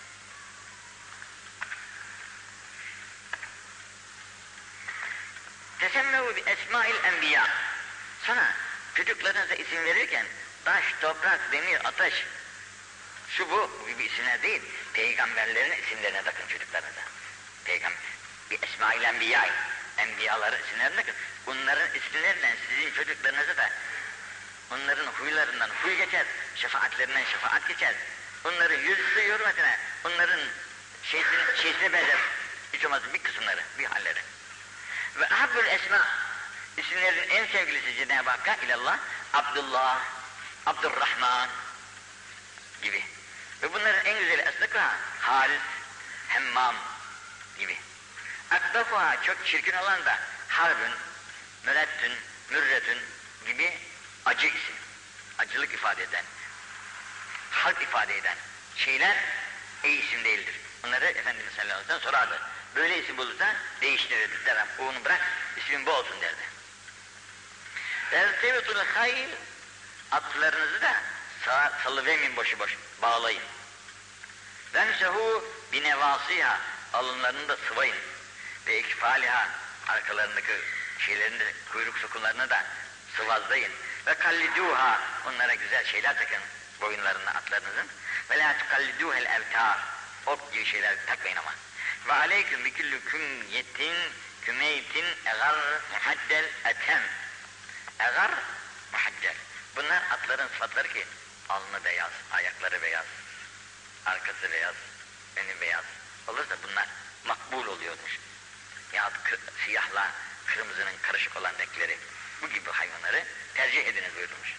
Tesemmehu bi esma'il enbiya. Sana çocuklarınıza isim verirken taş, toprak, demir, ateş, şu bu gibi isimler değil, peygamberlerin isimlerine takın çocuklarınıza. Peygamber, bir esma'il enbiya, enbiyaların isimlerine takın. Bunların isimlerinden sizin çocuklarınıza da onların huylarından huy geçer, şefaatlerinden şefaat geçer. Onların yüzü hürmetine, onların şeysine, şeysine benzer, hiç olmazsa bir kısımları, bir halleri. Ve ahabbül esma, isimlerin en sevgilisi Cenab-ı Hakk'a ilallah, Abdullah, Abdurrahman gibi. Ve bunların en güzeli esnakla Halis, Hemmam gibi. Akdafuha çok çirkin olan da Harbün, Mürettün, Mürretün gibi acı isim. Acılık ifade eden, harp ifade eden şeyler iyi isim değildir. Onları Efendimiz sallallahu aleyhi ve sellem sorardı. Böyle isim bulursa değiştirirdi derim. Onu bırak, ismin bu olsun derdi. Ertevetul hayr, atlarınızı da salıvermeyin boşu boş, bağlayın. Vemsehu binevasiha, alınlarını da sıvayın. Ve ikfaliha, arkalarındaki şeylerini de, kuyruk sokunlarını da sıvazlayın. Ve kalliduha, onlara güzel şeyler takın boyunlarına atlarınızın. Ve la tukalliduhel evtar, ok gibi şeyler takmayın ama. Ve aleyküm biküllü kümyetin kümeytin egar muhaddel etem. Egar muhaddel. Bunlar atların sıfatları ki alnı beyaz, ayakları beyaz, arkası beyaz, önü beyaz. Olursa bunlar makbul oluyordur. Yahut siyahla kırmızının karışık olan renkleri. Bu gibi hayvanları tercih ediniz buyurmuş.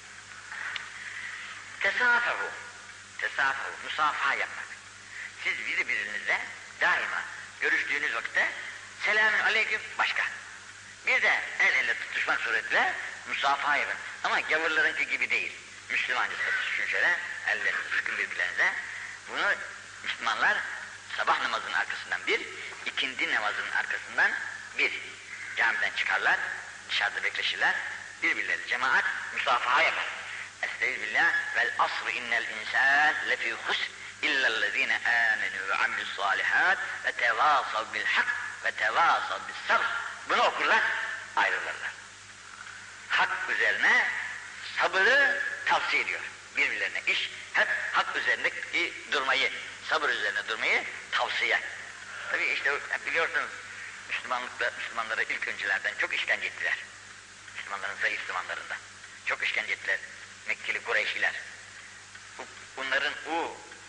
Tesafehu, tesafehu, musafaha yapmak. Siz birbirinizle daima görüştüğünüz vakitte selamün aleyküm başka. Bir de el ele tutuşmak suretiyle musafaha yapın. Ama gavurlarınki gibi değil. Müslümanca tutuşun şöyle, ellerinizi sıkın birbirlerinize. Bunu Müslümanlar sabah namazının arkasından bir, ikindi namazının arkasından bir. Camiden çıkarlar, dışarıda bekleşirler, birbirleri cemaat musafaha yapar. Estağfirullah vel asr innel insan lefî husr illellezîne âmenû ve amilussâlihât ve tevâsav bil hak ve tevâsav bis sabr. Bunu okurlar, ayrılırlar. Hak üzerine sabırı tavsiye ediyor. Birbirlerine iş, hep hak üzerinde durmayı, sabır üzerine durmayı tavsiye. Tabii işte biliyorsunuz Müslümanlıkta, Müslümanlara ilk öncelerden çok işkence ettiler. Müslümanların zayıf zamanlarında. Çok işkence ettiler. Mekkeli Kureyşiler. Bu, bunların o şeyleri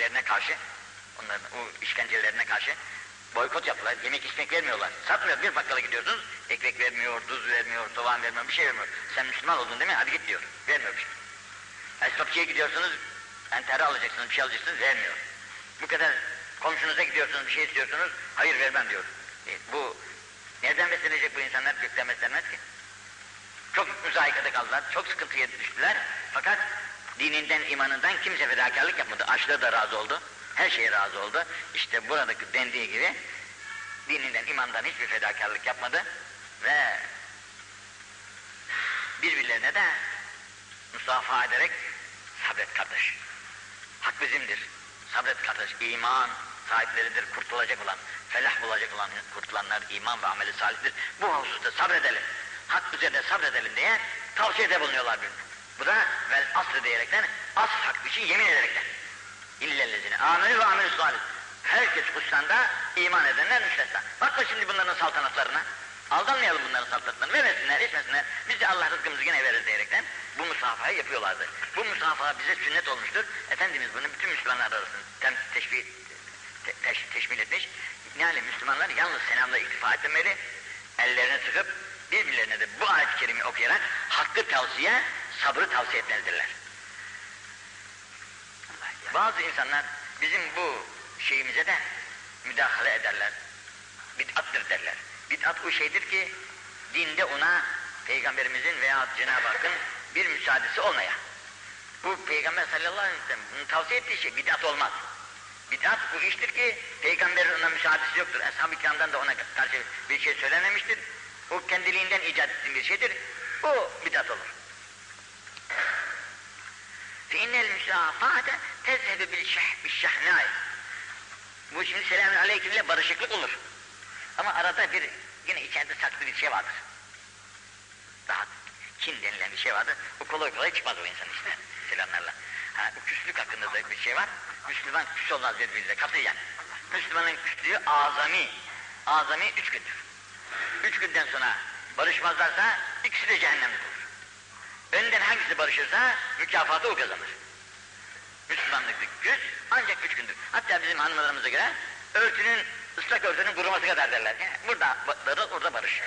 şeylerine karşı, onların o işkencelerine karşı boykot yaptılar, yemek içmek vermiyorlar. Satmıyor, bir bakkala gidiyorsunuz, ekmek vermiyor, tuz vermiyor, soğan vermiyor, bir şey vermiyor. Sen Müslüman oldun değil mi? Hadi git diyor, vermiyor bir şey. Esnafçıya gidiyorsunuz, enteri alacaksınız, bir şey alacaksınız, vermiyor. Bu kadar komşunuza gidiyorsunuz, bir şey istiyorsunuz, hayır vermem diyor. E, bu, nereden beslenecek bu insanlar? Gökten beslenmez ki. Çok müzayikada kaldılar, çok sıkıntıya düştüler. Fakat dininden, imanından kimse fedakarlık yapmadı. Açlığa da razı oldu, her şeye razı oldu. İşte buradaki dendiği gibi dininden, imandan hiçbir fedakarlık yapmadı ve birbirlerine de musafaha ederek sabret kardeş, hak bizimdir, sabret kardeş, iman sahipleridir, kurtulacak olan, felah bulacak olan kurtulanlar iman ve ameli salihtir. Bu hususta sabredelim, hak üzerinde sabredelim diye tavsiyede bulunuyorlar birbirine. Bu da vel asr diyerekten, asr hakkı için yemin ederekten. İllellezine amenü ve amelü salih. Herkes husranda iman edenler müstesna. Bakma şimdi bunların saltanatlarına. Aldanmayalım bunların saltanatlarına. Vermesinler, içmesinler. Biz de Allah rızkımızı yine veririz diyerekten bu musafahayı yapıyorlardı. Bu musafaha bize sünnet olmuştur. Efendimiz bunu bütün Müslümanlar arasında tem, teşbih, te, teş, teşmil etmiş. Yani Müslümanlar yalnız selamla iktifa etmemeli, ellerini sıkıp birbirlerine de bu ayet-i kerimeyi okuyarak hakkı tavsiye, sabrı tavsiye etmelidirler. Bazı insanlar bizim bu şeyimize de müdahale ederler, bid'attır derler. Bid'at o şeydir ki dinde ona Peygamberimizin veya Cenab-ı Hakk'ın bir müsaadesi olmaya. Bu Peygamber sallallahu aleyhi ve sellem tavsiye ettiği şey bid'at olmaz. Bid'at bu iştir ki Peygamberin ona müsaadesi yoktur. Ashab-ı kiramdan da ona karşı bir şey söylememiştir. O kendiliğinden icat ettiği bir şeydir. Bu bid'at olur. فَاِنَّ الْمُسَافَةَ تَذْهَبِ بِالشَّحْنَاءِ. Bu şimdi selamün aleyküm ile barışıklık olur. Ama arada bir, yine içeride saklı bir şey vardır. Daha kin denilen bir şey vardır. O kolay kolay çıkmaz o insan işte selamlarla. Ha, bu küslük hakkında da bir şey var. Müslüman küs olmaz birbiriyle katiyen. Müslümanın küslüğü azami. Azami üç gündür. Üç günden sonra barışmazlarsa ikisi de cehennemde olur. Önden hangisi barışırsa mükafatı o kazanır. Müslümanlıktaki küs ancak üç gündür. Hatta bizim hanımlarımıza göre örtünün, ıslak örtünün kuruması kadar derler. Yani burada darıl, orada barış.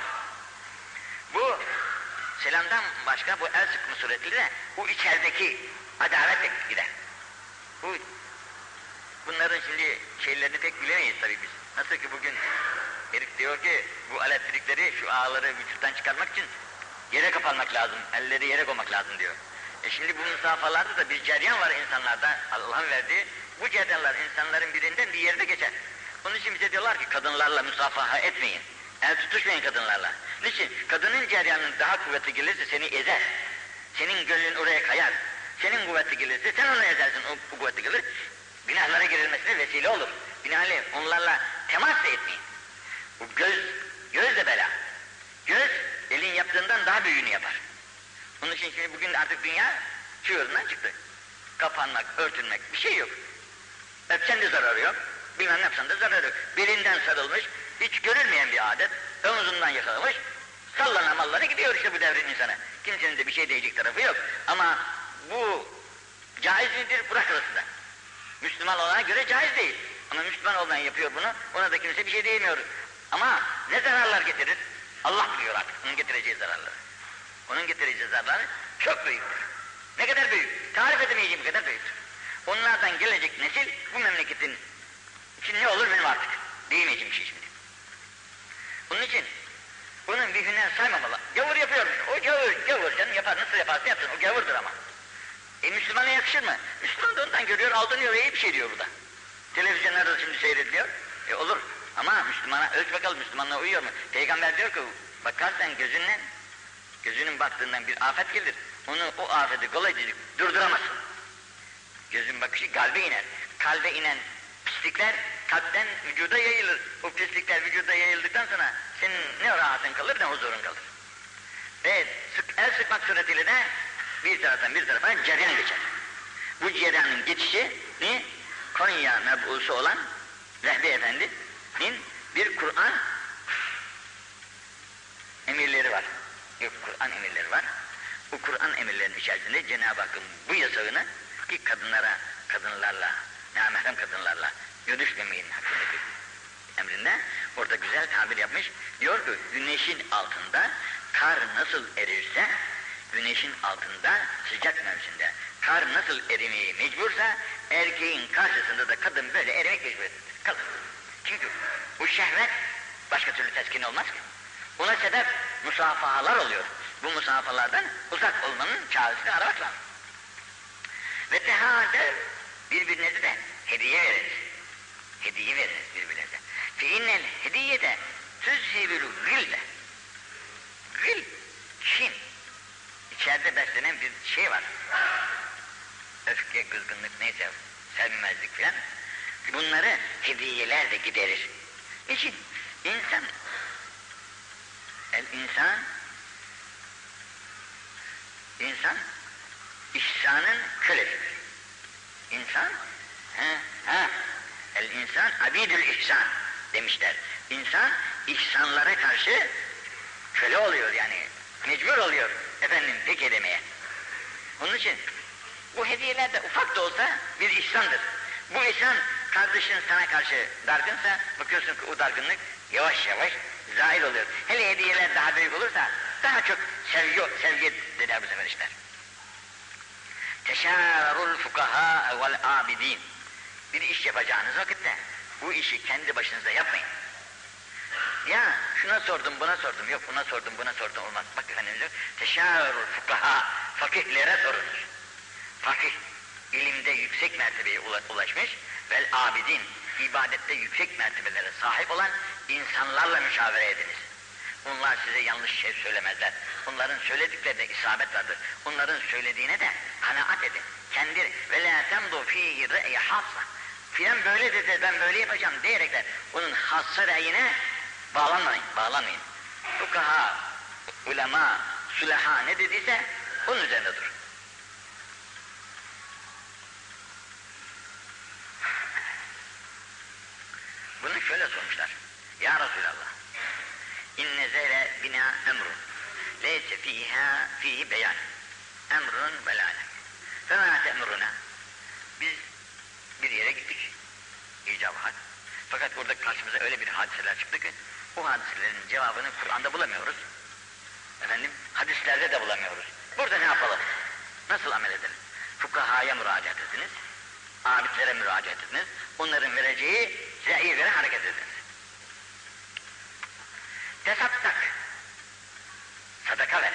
Bu selamdan başka bu el sıkma suretiyle de bu içerideki adalet gider. Bu bunların şimdi şeylerini pek bilemeyiz tabii biz. Nasıl ki bugün herif diyor ki bu elektrikleri, şu ağları vücuttan çıkarmak için yere kapanmak lazım, elleri yere koymak lazım diyor. E şimdi bu musafalarda da bir ceryan var insanlarda, Allah'ın verdiği, bu ceryanlar insanların birinden bir yerde geçer. Onun için bize diyorlar ki kadınlarla musafaha etmeyin, el tutuşmayın kadınlarla. Niçin? Kadının ceryanın daha kuvvetli gelirse seni ezer, senin gönlün oraya kayar, senin kuvvetli gelirse sen onu ezersin, o, o kuvvetli gelir, günahlara girilmesine vesile olur. Binaenaleyh onlarla temas da etmeyin. Bu göz, göz de bela. Göz, elin yaptığından daha büyüğünü yapar. Onun için şimdi bugün artık dünya çığırından çıktı. Kapanmak, örtünmek bir şey yok. Öpsen de zararı yok, bilmem ne yapsan da zararı yok. Belinden sarılmış, hiç görülmeyen bir adet, omuzundan yakalamış, sallana mallana gidiyor işte bu devrin insanı. Kimsenin de bir şey diyecek tarafı yok. Ama bu caiz midir? Bırak arasında. Müslüman olana göre caiz değil. Ama Müslüman olan yapıyor bunu, ona da kimse bir şey diyemiyor. Ama ne zararlar getirir? Allah biliyor artık onun getireceği zararları. Onun getireceği zararları çok büyüktür. Ne kadar büyük? Tarif edemeyeceğim kadar büyüktür. Onlardan gelecek nesil bu memleketin için ne olur benim artık diyemeyeceğim şey şimdi. Onun için bunun bir hüner saymamalı. Gavur yapıyormuş. O gavur, gavur canım yapar. Nasıl yaparsa yapsın. O gavurdur ama. E Müslümana yakışır mı? Müslüman da ondan görüyor, aldanıyor ve iyi bir şey diyor burada. Televizyonlarda şimdi seyrediliyor. E olur. Ama Müslümana, ölç bakalım Müslümanlığa uyuyor mu? Peygamber diyor ki, bakarsan gözünle, gözünün baktığından bir afet gelir. Onu, o afeti kolayca durduramazsın. Gözün bakışı kalbe iner. Kalbe inen pislikler kalpten vücuda yayılır. O pislikler vücuda yayıldıktan sonra senin ne rahatın kalır ne huzurun kalır. Ve sık, el sıkmak suretiyle de bir taraftan bir tarafa ceryan geçer. Bu ceryanın geçişini Konya mebusu olan Vehbi Efendi'nin bir Kur'an emirleri var. Yok, Kur'an emirleri var. Bu Kur'an emirlerinin içerisinde Cenab-ı Hakk'ın bu yasağını ki kadınlara, kadınlarla namahrem kadınlarla görüşmemeyin hakkındaki emrinde orada güzel tabir yapmış. Diyor ki güneşin altında kar nasıl erirse, güneşin altında sıcak mevsimde kar nasıl erimeye mecbursa, erkeğin karşısında da kadın böyle erimek mecburiyetindedir. Kadın. Çünkü bu şehvet başka türlü teskin olmaz ki. Ona sebep musafahalar oluyor. Bu musafahalardan uzak olmanın çaresini aramak lazım. Ve tehâdâ birbirinize de hediye veririz. Hediye veririz birbirinize. Fe innel hediyede tüzhibülü gilde. Gil, kin. İçeride beslenen bir şey var. Öfke, kızgınlık neyse, sevmemezlik filan. Bunları hediyelerle giderir. Niçin? İnsan, el insan, insan, ihsanın kölesidir. İnsan, he, he, el insan abidül ihsan demişler. İnsan, ihsanlara karşı köle oluyor yani, mecbur oluyor efendim pek edemeye. Onun için bu hediyeler de ufak da olsa bir ihsandır. Bu ihsan, kardeşin sana karşı dargınsa, bakıyorsun ki o dargınlık yavaş yavaş zahir oluyor. Hele hediyeler daha büyük olursa, daha çok sevgi, sevgi döner bu sefer işler. Teşârul fukaha vel abidin. Bir iş yapacağınız vakitte, bu işi kendi başınıza yapmayın. Ya şuna sordum, buna sordum, yok buna sordum, buna sordum olmaz. Bak efendim diyor, teşârul fukaha, fakihlere sorunuz. Fakih, ilimde yüksek mertebeye ulaşmış, vel abidin, ibadette yüksek mertebelere sahip olan insanlarla müşavere ediniz. Onlar size yanlış şey söylemezler. Onların söylediklerine isabet vardır. Onların söylediğine de kanaat edin. Kendi ve la temdu fihi re'ye hassa. Filan böyle dedi, ben böyle yapacağım diyerekler onun hassa reyine bağlanmayın, bağlanmayın. Fukaha, ulema, sülaha ne dediyse onun üzerinde dur. Bunu şöyle sormuşlar. Ya Resulallah, inne zere bina emrun, leyse fiha fihi beyan, emrun belâne. Femâ te'muruna. Biz bir yere gittik, icab-ı had. Fakat burada karşımıza öyle bir hadiseler çıktı ki, bu hadiselerin cevabını Kur'an'da bulamıyoruz. Efendim, hadislerde de bulamıyoruz. Burada ne yapalım? Nasıl amel edelim? Fukahaya müracaat ediniz, abidlere müracaat ediniz, onların vereceği ra'ye göre hareket ediniz. Tesattak, sadaka ver.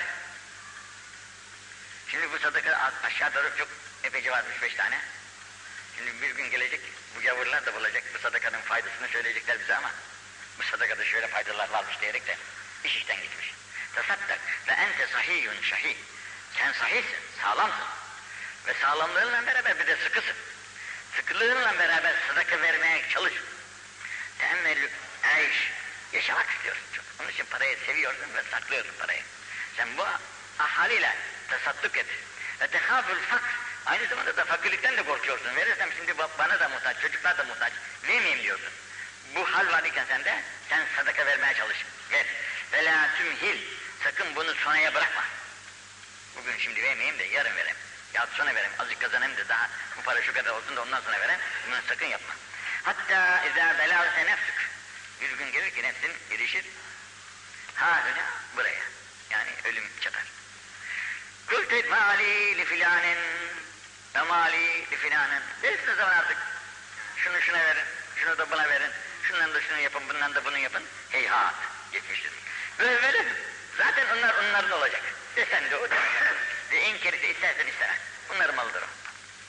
Şimdi bu sadaka aşağı doğru çok epeyce var, üç beş tane. Şimdi bir gün gelecek, bu gavurlar da bulacak, bu sadakanın faydasını söyleyecekler bize ama bu sadakada şöyle faydalar varmış diyerek de iş işten gitmiş. Tesattak ve ente sahiyyun şahih. Sen sahihsin, sağlamsın. Ve sağlamlığınla beraber bir de sıkısın. Sıkılığınla beraber sadaka vermeye çalış. Teemmellü eyş. Yaşamak istiyorsun çok. Onun için parayı seviyorsun ve saklıyorsun parayı. Sen bu ahaliyle tasadduk et. Ve tehâfül fakr. Aynı zamanda da fakirlikten de korkuyorsun. Verirsem şimdi bana da muhtaç, çocuklar da muhtaç. Vermeyeyim diyorsun. Bu hal var iken sende, sen sadaka vermeye çalış. Ver. Ve lâ tümhil. Sakın bunu sonraya bırakma. Bugün şimdi vermeyeyim de yarın vereyim. Ya sonra vereyim, azıcık kazanayım da daha bu para şu kadar olsun da ondan sonra vereyim. Bunu sakın yapma. Hatta izâ belâse nefsük. Bir gün gelir ki nefsin gelişir. Ha öyle buraya. Yani ölüm çatar. Kultet mali li filanen ve mali li filanen. Dersin o zaman artık. Şunu şuna verin, şunu da buna verin. Şundan da şunu yapın, bundan da bunu yapın. Heyhat. Geçmiştir. Böyle böyle. Zaten onlar onların olacak. Desen de o demek. Ve en kerisi istersen istemez. Bunların malıdır o.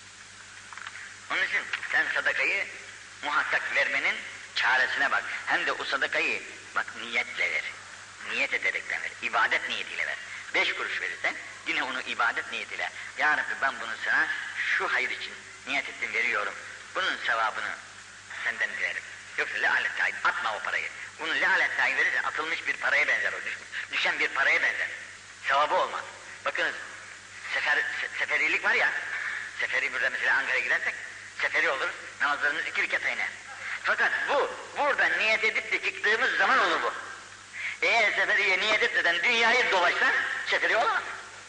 Onun için sen sadakayı muhakkak vermenin çaresine bak. Hem de o sadakayı bak niyetle ver. Niyet ederekten ver. İbadet niyetiyle ver. Beş kuruş verirsen yine onu ibadet niyetiyle. Ya Rabbi ben bunu sana şu hayır için niyet ettim veriyorum. Bunun sevabını senden dilerim. Yoksa lealet tayin atma o parayı. Bunu lealet tayin verirsen atılmış bir paraya benzer o düşmüş. Düşen bir paraya benzer. Sevabı olmaz. Bakınız sefer, se, seferilik var ya. Seferi burada mesela Ankara'ya gidersek seferi olur. Namazlarımız iki rekat iner. Fakat bu burada niyet edip de çıktığımız zaman olur bu. Eğer seferiye niyet etmeden dünyayı dolaşsan seferi olamaz.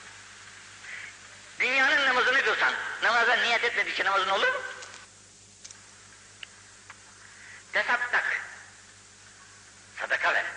Dünyanın namazını kılsan, namaza niyet etmediği için namazın olur mu? Tesaddak. Sadaka ver.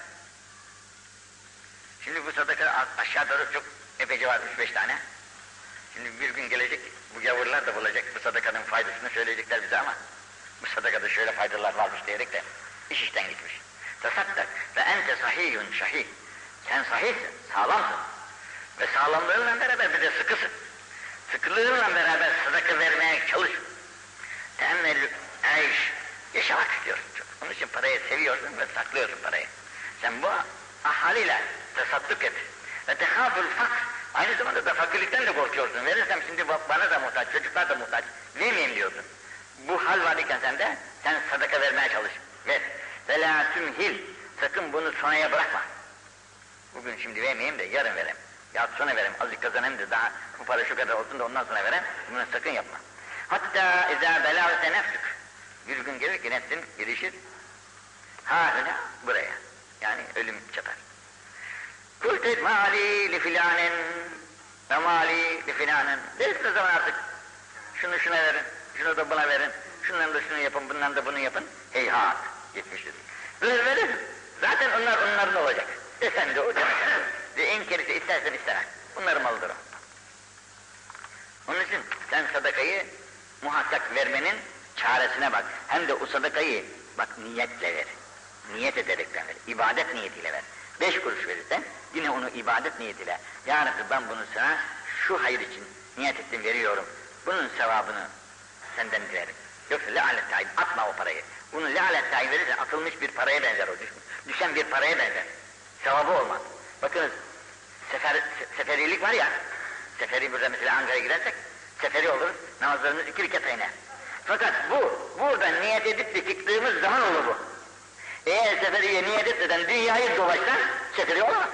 Şimdi bu sadaka aşağı doğru çok epeyce var, üç beş tane. Şimdi bir gün gelecek, bu gavurlar da bulacak bu sadakanın faydasını söyleyecekler bize ama bu sadakada şöyle faydalar varmış diyerek de iş işten gitmiş. Tasaddak ve ente sahihun şahih. Sen sahihsin, sağlamsın. Ve sağlamlığınla beraber bir de sıkısın. Sıkılığınla beraber sadaka vermeye çalış. Teemmellü eyş, yaşamak istiyorsun çok. Onun için parayı seviyorsun ve saklıyorsun parayı. Sen bu ahaliyle tasadduk et. Ve tehâfül fakr. Aynı zamanda da fakirlikten de korkuyorsun. Verirsem şimdi bana da muhtaç, çocuklar da muhtaç. Vermeyeyim diyorsun. Bu hal var iken sende, sen sadaka vermeye çalış. Ver. Ve lâ tümhil. Sakın bunu sonraya bırakma. Bugün şimdi vermeyeyim de yarın vereyim. Ya sonra vereyim, azıcık kazanayım da daha bu para şu kadar olsun da ondan sonra vereyim. Bunu sakın yapma. Hatta izâ belâgte nefsük. Bir gün gelir ki nefsin girişir. Hâhına buraya. Yani ölüm çatar. Kultet mali li filanen ve mali li filanen. Dersin o zaman artık. Şunu şuna verin, şunu da buna verin. Şundan da şunu yapın, bundan da bunu yapın. Heyhat, gitmiştir. Böyle verir. Zaten onlar onların olacak. Desen de o demek. Ve en kerisi istersen istemez. Bunların malıdır o. Onun için sen sadakayı muhakkak vermenin çaresine bak. Hem de o sadakayı bak niyetle ver. Niyet ederekten ver. İbadet niyetiyle ver. Beş kuruş verirsen yine onu ibadet niyetiyle. Ya Rabbi ben bunu sana şu hayır için niyet ettim veriyorum. Bunun sevabını senden dilerim. Yoksa le'alet tayin atma o parayı. Bunu le'alet tayin verirsen atılmış bir paraya benzer o. Düşen bir paraya benzer. Sevabı olmaz. Bakınız sefer, seferilik var ya. Seferi burada mesela Ankara'ya gidersek seferi oluruz. Namazlarımız iki rekat iner. Fakat bu burada niyet edip de çıktığımız zaman olur bu. Eğer seferiye niyet etmeden dünyayı dolaşsan seferi olamaz.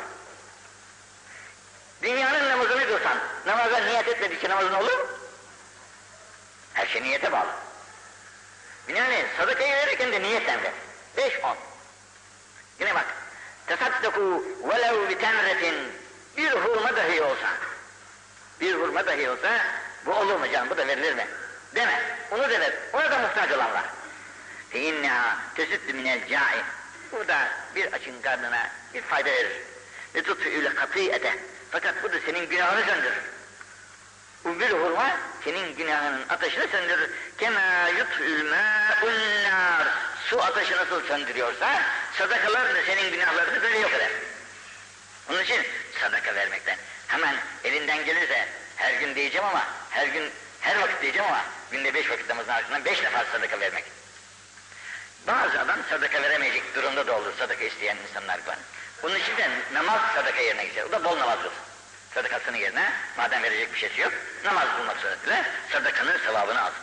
Dünyanın namazını kılsan, namaza niyet etmedikçe namazın olur mu? Her şey niyete bağlı. Binaenaleyh sadakayı verirken de niyetten ver. Beş, on. Yine bak. Tesaddaku velev bitemretin. Bir hurma dahi olsa. Bir hurma dahi olsa, bu olur mu canım, bu da verilir mi? Deme, onu da ver. Ona da muhtaç olan var. فَاِنَّهَا تَسُدُّ مِنَ الْجَاءِ. Bu da bir açın karnına bir fayda verir. لِتُطْفِئُ الْخَطِيئَةَ. Fakat bu da senin günahını söndürür. Bu bir hurma senin günahının ateşini söndürür. كَمَا يُطْفِئُ الْمَاءُ النَّارِ. Su ateşi nasıl söndürüyorsa, sadakalar da senin günahlarını böyle yok eder. Onun için sadaka vermekten. Hemen elinden gelirse her gün diyeceğim ama, her gün, her vakit diyeceğim ama, günde beş vakit namazın ardından beş defa sadaka vermek. Bazı adam sadaka veremeyecek durumda da olur, sadaka isteyen insanlar var. Bunun için de namaz sadaka yerine geçer, o da bol namazdır. Sadakasının yerine, madem verecek bir şeysi yok, namaz bulmak suretiyle sadakanın sevabını alır.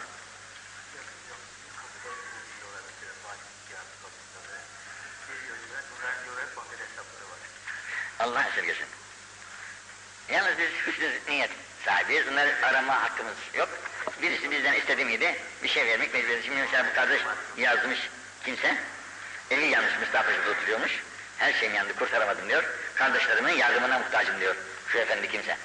Allah esirgesin. Yalnız biz hüsnü niyet sahibiyiz, bunları arama hakkımız yok. Birisi bizden istediğim gibi bir şey vermek mecburiyeti. Şimdi mesela bu kardeş yazmış kimse, evi yanmış, Mustafa'da oturuyormuş, her şeyim yandı, kurtaramadım diyor, kardeşlerimin yardımına muhtacım diyor, şu efendi kimse.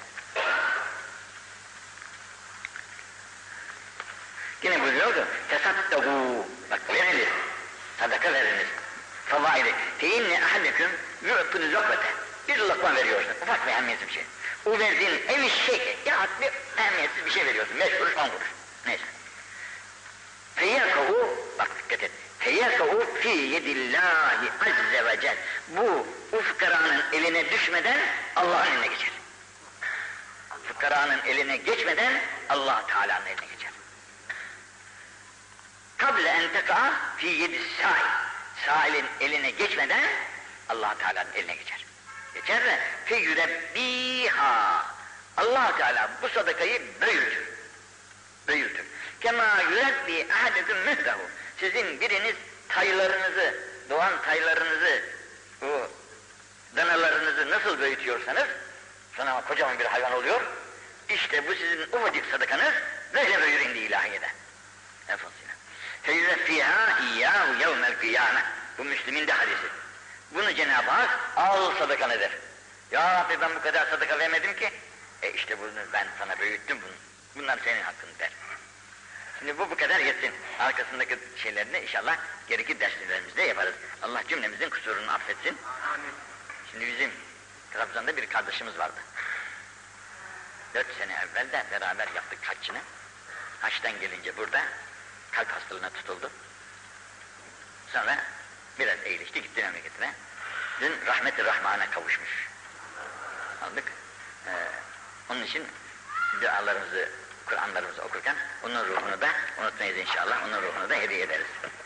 Yine buyuruyordu, tesaddagû, bak veriniz, sadaka veriniz, favaili, feinne ahadeküm yu'tun zokvete, bir lokma veriyorsun, ufak bir ehemmiyetsiz bir şey. O verdiğin ev şey, ya bir ehemmiyetsiz bir şey veriyorsun, beş kuruş, on kuruş, neyse. Feyyâkavû, bak dikkat et, feyyâkavû fî yedillâhi azze ve cel. Bu, bu fıkaranın eline düşmeden Allah'ın eline geçer. Fıkaranın eline geçmeden Allah Teala'nın eline geçer. Kable en teka fî yedi sâil. Sâilin eline geçmeden Allah Teala'nın eline geçer. Geçer de fî yürebbîhâ. Allah Teala bu sadakayı büyütür. Büyütür. Kemâ yürebbî ahadeküm mühdehu. Sizin biriniz taylarınızı, doğan taylarınızı, bu danalarınızı nasıl büyütüyorsanız, sonra ama kocaman bir hayvan oluyor, işte bu sizin ufacık sadakanız böyle büyür indi ilahiyede. Enfasıyla. Feyüzeffîhâ iyyâhu yevmel kıyâme. Bu Müslim'in de hadisi. Bunu Cenab-ı Hak al sadakanı der. Ya Rabbi ben bu kadar sadaka vermedim ki, e işte bunu ben sana büyüttüm bunu. Bunlar senin hakkın der. Şimdi bu bu kadar yetsin. Arkasındaki şeylerini inşallah gerekli derslerimizde yaparız. Allah cümlemizin kusurunu affetsin. Amin. Şimdi bizim Trabzon'da bir kardeşimiz vardı. Dört sene evvel de beraber yaptık haccını. Haçtan gelince burada kalp hastalığına tutuldu. Sonra biraz eğilişti, gitti memleketine. Dün rahmet-i rahmana kavuşmuş. Aldık. Ee, onun için dualarımızı, Kur'anlarımızı okurken onun ruhunu da unutmayız inşallah. Onun ruhunu da hediye ederiz.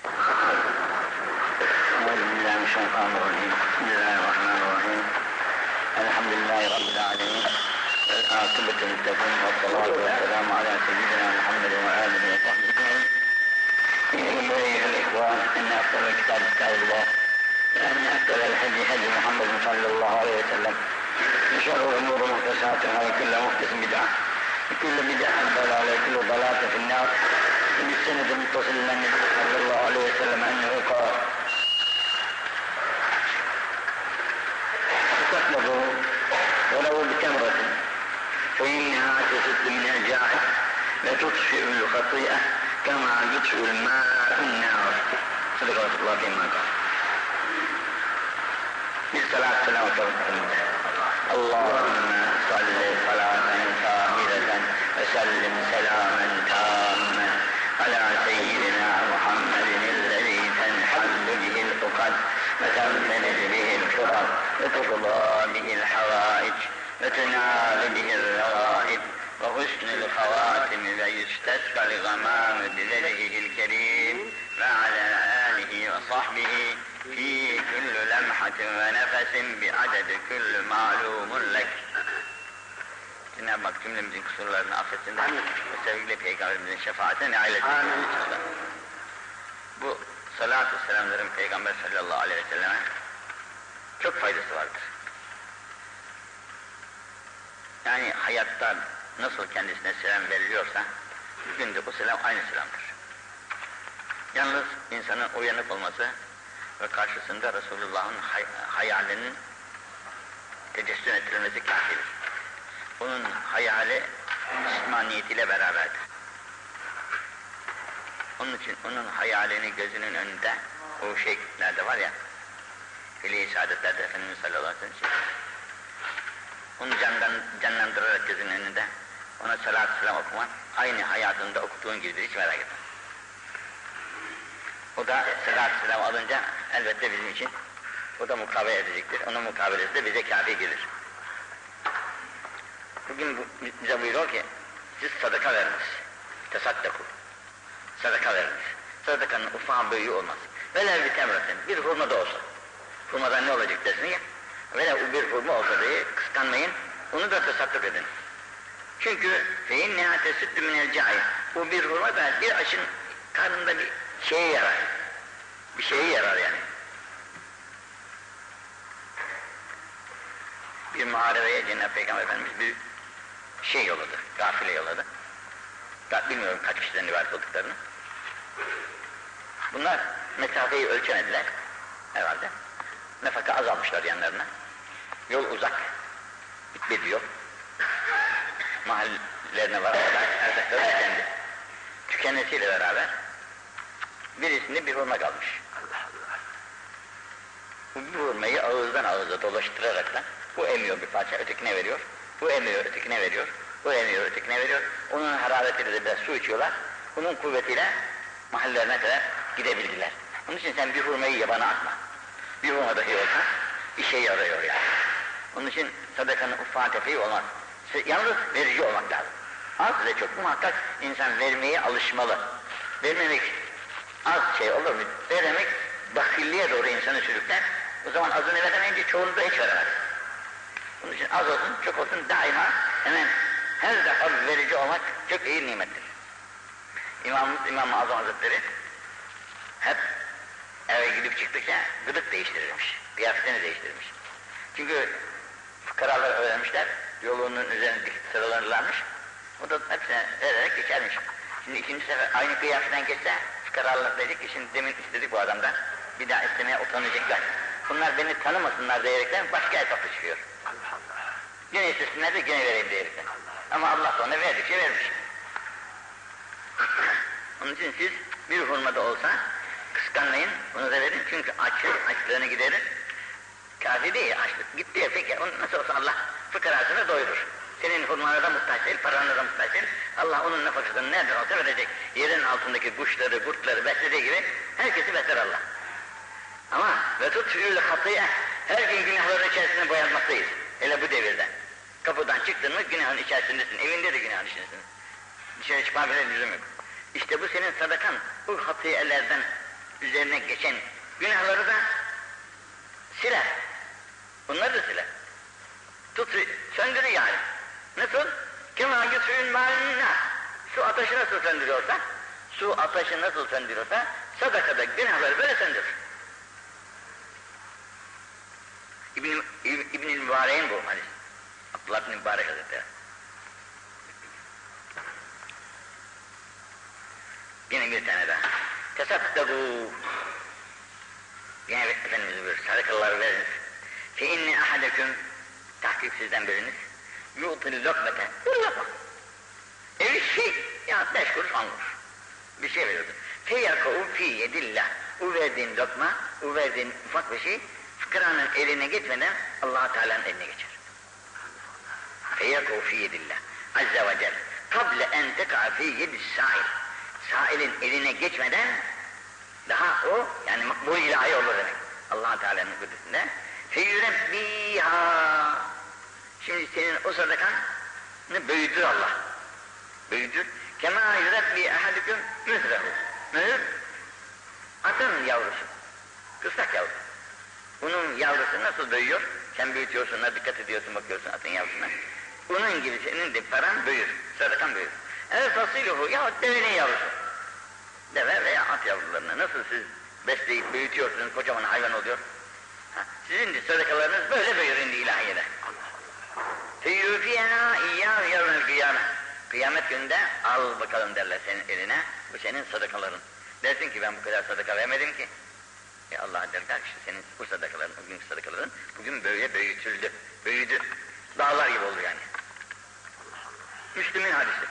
Euzubillahimineşşeytanirracim. Bismillahirrahmanirrahim. Elhamdülillahi Rabbil alemin. Vel-âkıbetü muttefîn. Vessalâtu vesselamu alâ seyyidina Muhammedin ve âlihi ve sahbihi. أيها الإخوان إن أفضل الكتاب كتاب الله وإن أفضل الهدي هدي محمد صلى الله عليه وسلم وشر الأمور محدثاتها وكل محدث بدعة وكل بدعة ضلالة وكل ضلالة في النار وبالسند المتصل إلى النبي صلى الله عليه وسلم أنه قال تطلبوا ولو بتمرة فإنها تسد من الجاعل وتطفئ الخطيئة كما يطفئ الماء النار. صدق رسول الله فيما قال. بالصلاة والسلام اللهم صل صلاة كاملة وسلم سلاما تاما على سيدنا محمد الذي تنحل به العقد وتنفرج به الكرب وتقضى به الحوائج وتنال به الروائب وحسن الخواتم ويستسقى الغمام بوجهه الكريم وعلى آله وصحبه في كل لمحة ونفس بعدد كل معلوم لك. Cenab-ı Hak cümlemizin kusurlarını affetsin ve sevgili Peygamberimizin şefaatine nail etsin inşallah. Bu salatü selamların Peygamber sallallahu aleyhi ve selleme çok faydası vardır. Yani hayatta nasıl kendisine selam veriliyorsa, bugün de bu selam aynı selamdır. Yalnız insanın uyanık olması ve karşısında Resulullah'ın hay hayalinin tecessüm ettirilmesi kafidir. Onun hayali cismaniyetiyle beraberdir. Onun için onun hayalini gözünün önünde, o şeylerde var ya, Fili-i Saadetlerde Efendimiz sallallahu aleyhi ve sellem onu candan, canlandırarak gözünün önünde ona salat-ı selam okuman, aynı hayatında okuduğun gibidir, hiç merak etme. O da salat-ı selam alınca elbette bizim için o da mukabele edecektir. Onun mukabelesi de bize kafi gelir. Bugün bu, bize buyuruyor ki, siz sadaka veriniz, tesaddaku, sadaka veriniz. Sadakanın ufağın büyüğü olmaz. Velev bir temretin, bir hurma da olsa, hurmadan ne olacak dersin ya, velev bir hurma olsa diye kıskanmayın, onu da tesadduk edin. Çünkü fein nihate sütlü minel cahil, bu bir hurma da bir aşın karnında bir şeye yarar, bir şeye yarar yani. Bir muharebeye Cenab-ı Peygamber Efendimiz bir şey yolladı, gafile yolladı. Da, bilmiyorum kaç kişiden ibaret olduklarını. Bunlar mesafeyi ölçemediler herhalde. Nefaka azalmışlar yanlarına. Yol uzak, bitmedi yol. Mahallelerine varamadan erzakları tükendi. Tükenmesiyle beraber birisinde bir hurma kalmış. Bu bir hurmayı ağızdan ağıza dolaştıraraktan bu emiyor bir parça, ötekine veriyor. Bu emiyor, ötekine veriyor. Bu emiyor, ötekine veriyor. Onun hararetiyle de biraz su içiyorlar. Bunun kuvvetiyle mahallelerine kadar gidebildiler. Onun için sen bir hurmayı yabana atma. Bir hurma dahi olsa işe yarıyor yani. Onun için sadakanın ufağı tefeği olmaz. Yalnız verici olmak lazım. Az ve çok muhakkak insan vermeye alışmalı. Vermemek az şey olur mu? Vermemek bakilliğe doğru insanı sürükler. O zaman azını veremeyince çoğunu da hiç veremez. Onun için az olsun, çok olsun daima hemen her defa verici olmak çok iyi nimettir. İmamımız İmam-ı Azam Hazretleri hep eve gidip çıktıkça gıdık değiştirirmiş, kıyafetini değiştirirmiş. Çünkü fıkaralar öğrenmişler, yolunun üzerine sıralanırlarmış, o da hepsine vererek geçermiş. Şimdi ikinci sefer aynı kıyafetten geçse, fıkaralar diyecek ki şimdi demin istedik bu adamdan, bir daha istemeye utanacaklar. Bunlar beni tanımasınlar diyerekten başka hesapla çıkıyor. Gene istesinler de gene vereyim diyerekten. Ama Allah da ona verdikçe vermiş. Onun için siz bir hurma da olsa kıskanmayın, bunu da verin çünkü açın, açlığını giderir. Kafi değil, açlık gitti ya peki, onu nasıl olsa Allah fıkrasını doyurur. Senin hurmana da muhtaç değil, parana da muhtaç değil. Allah onun nafakasını nereden olsa verecek. Yerin altındaki kuşları, kurtları beslediği gibi herkesi besler Allah. Ama ve tutfiyül hatiye, her gün günahların içerisinde boyanmaktayız. Hele bu devirde. Kapıdan çıktın mı günahın içerisindesin, evinde de günahın içerisindesin. Dışarı çıkma bile lüzum yok. İşte bu senin sadakan, bu hatiyelerden üzerine geçen günahları da siler. Bunları da siler. Tut, söndürür yani. Nasıl? Kema yusfiyül mâlinnâ. Su ateşi nasıl söndürüyorsa, su ateşi nasıl söndürüyorsa, sadakada günahları böyle söndürür. İbn-i İbn Mübarek'in bu hadis. Abdullah bin Mübarek Hazretleri. Yine bir tane daha. Tesaddakû. Yine Efendimiz buyuruyor, sadakaları veriniz. Fe inni ahadeküm, tahkik sizden biriniz, yu'til lokmete, bir lokma. Evi şey, ya beş kuruş on kuruş. Bir şey veriyordu. Fe yakû fî yedillah. O verdiğin lokma, o verdiğin ufak bir şey, fıkranın eline gitmeden Allah-u Teala'nın eline geçer. Fe yakû fî yedillah. Azze ve Celle. Kable en tek'a fî yedis sâil. Sâilin eline geçmeden, daha o, yani makbul ilahi olur demek. Allah-u Teala'nın kudretinde. Feyyürebbiha. Şimdi senin o sadakanı büyütür Allah. Büyütür. Kemâ yürebbi ehadüküm mührehu. Mühr, atın yavrusu. Kısrak yavrusu. Bunun yavrusu nasıl büyüyor? Sen büyütüyorsun, dikkat ediyorsun, bakıyorsun atın yavrusuna. Bunun gibi senin de paran büyür, sadakan büyür. El fasiluhu yahut devenin yavrusu. Deve veya at yavrularını nasıl siz besleyip büyütüyorsunuz, kocaman hayvan oluyor. Ha, sizin de sadakalarınız böyle büyür indi ilahiyede. Feyyûfiyâ iyyâ yarın kıyamet. Kıyamet günde al bakalım derler senin eline, bu senin sadakaların. Dersin ki ben bu kadar sadaka vermedim ki. E Allah der ki işte senin bu sadakaların, bugünkü sadakaların bugün böyle büyütüldü, büyüdü. Dağlar gibi oldu yani. Müslüm'ün hadisi.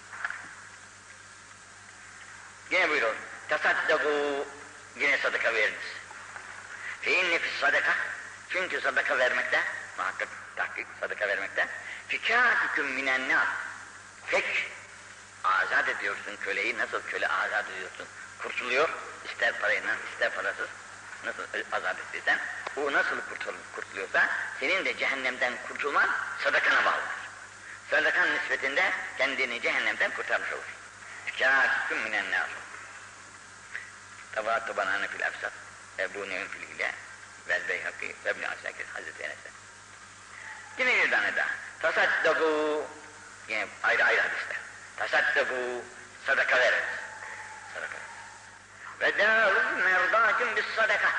Yine buyuruyor. Tasaddakû, yine sadaka veriniz. Fe inni fis sadaka, çünkü sadaka vermekte, muhakkak tahkik sadaka vermekte, fikâtiküm minennâs, fek, azat ediyorsun köleyi, nasıl köle azat ediyorsun, kurtuluyor, ister parayla, ister parasız, nasıl azat ettiysen, o nasıl kurtul kurtuluyorsa, senin de cehennemden kurtulman sadakana bağlıdır. Sadakan nispetinde kendini cehennemden kurtarmış olur. Fikâtiküm minennâs. Tabat-ı banâne fil efsat, Ebu Nevin fil hile, vel Beyhaki ve İbn-i Asakir Hazreti Enes'e. Yine bir tane daha. Tasaddakû, yine ayrı ayrı hadisler. Tasaddakû, sadaka veriniz. Sadaka veriniz. Ve dârû merdâküm bis sadaka.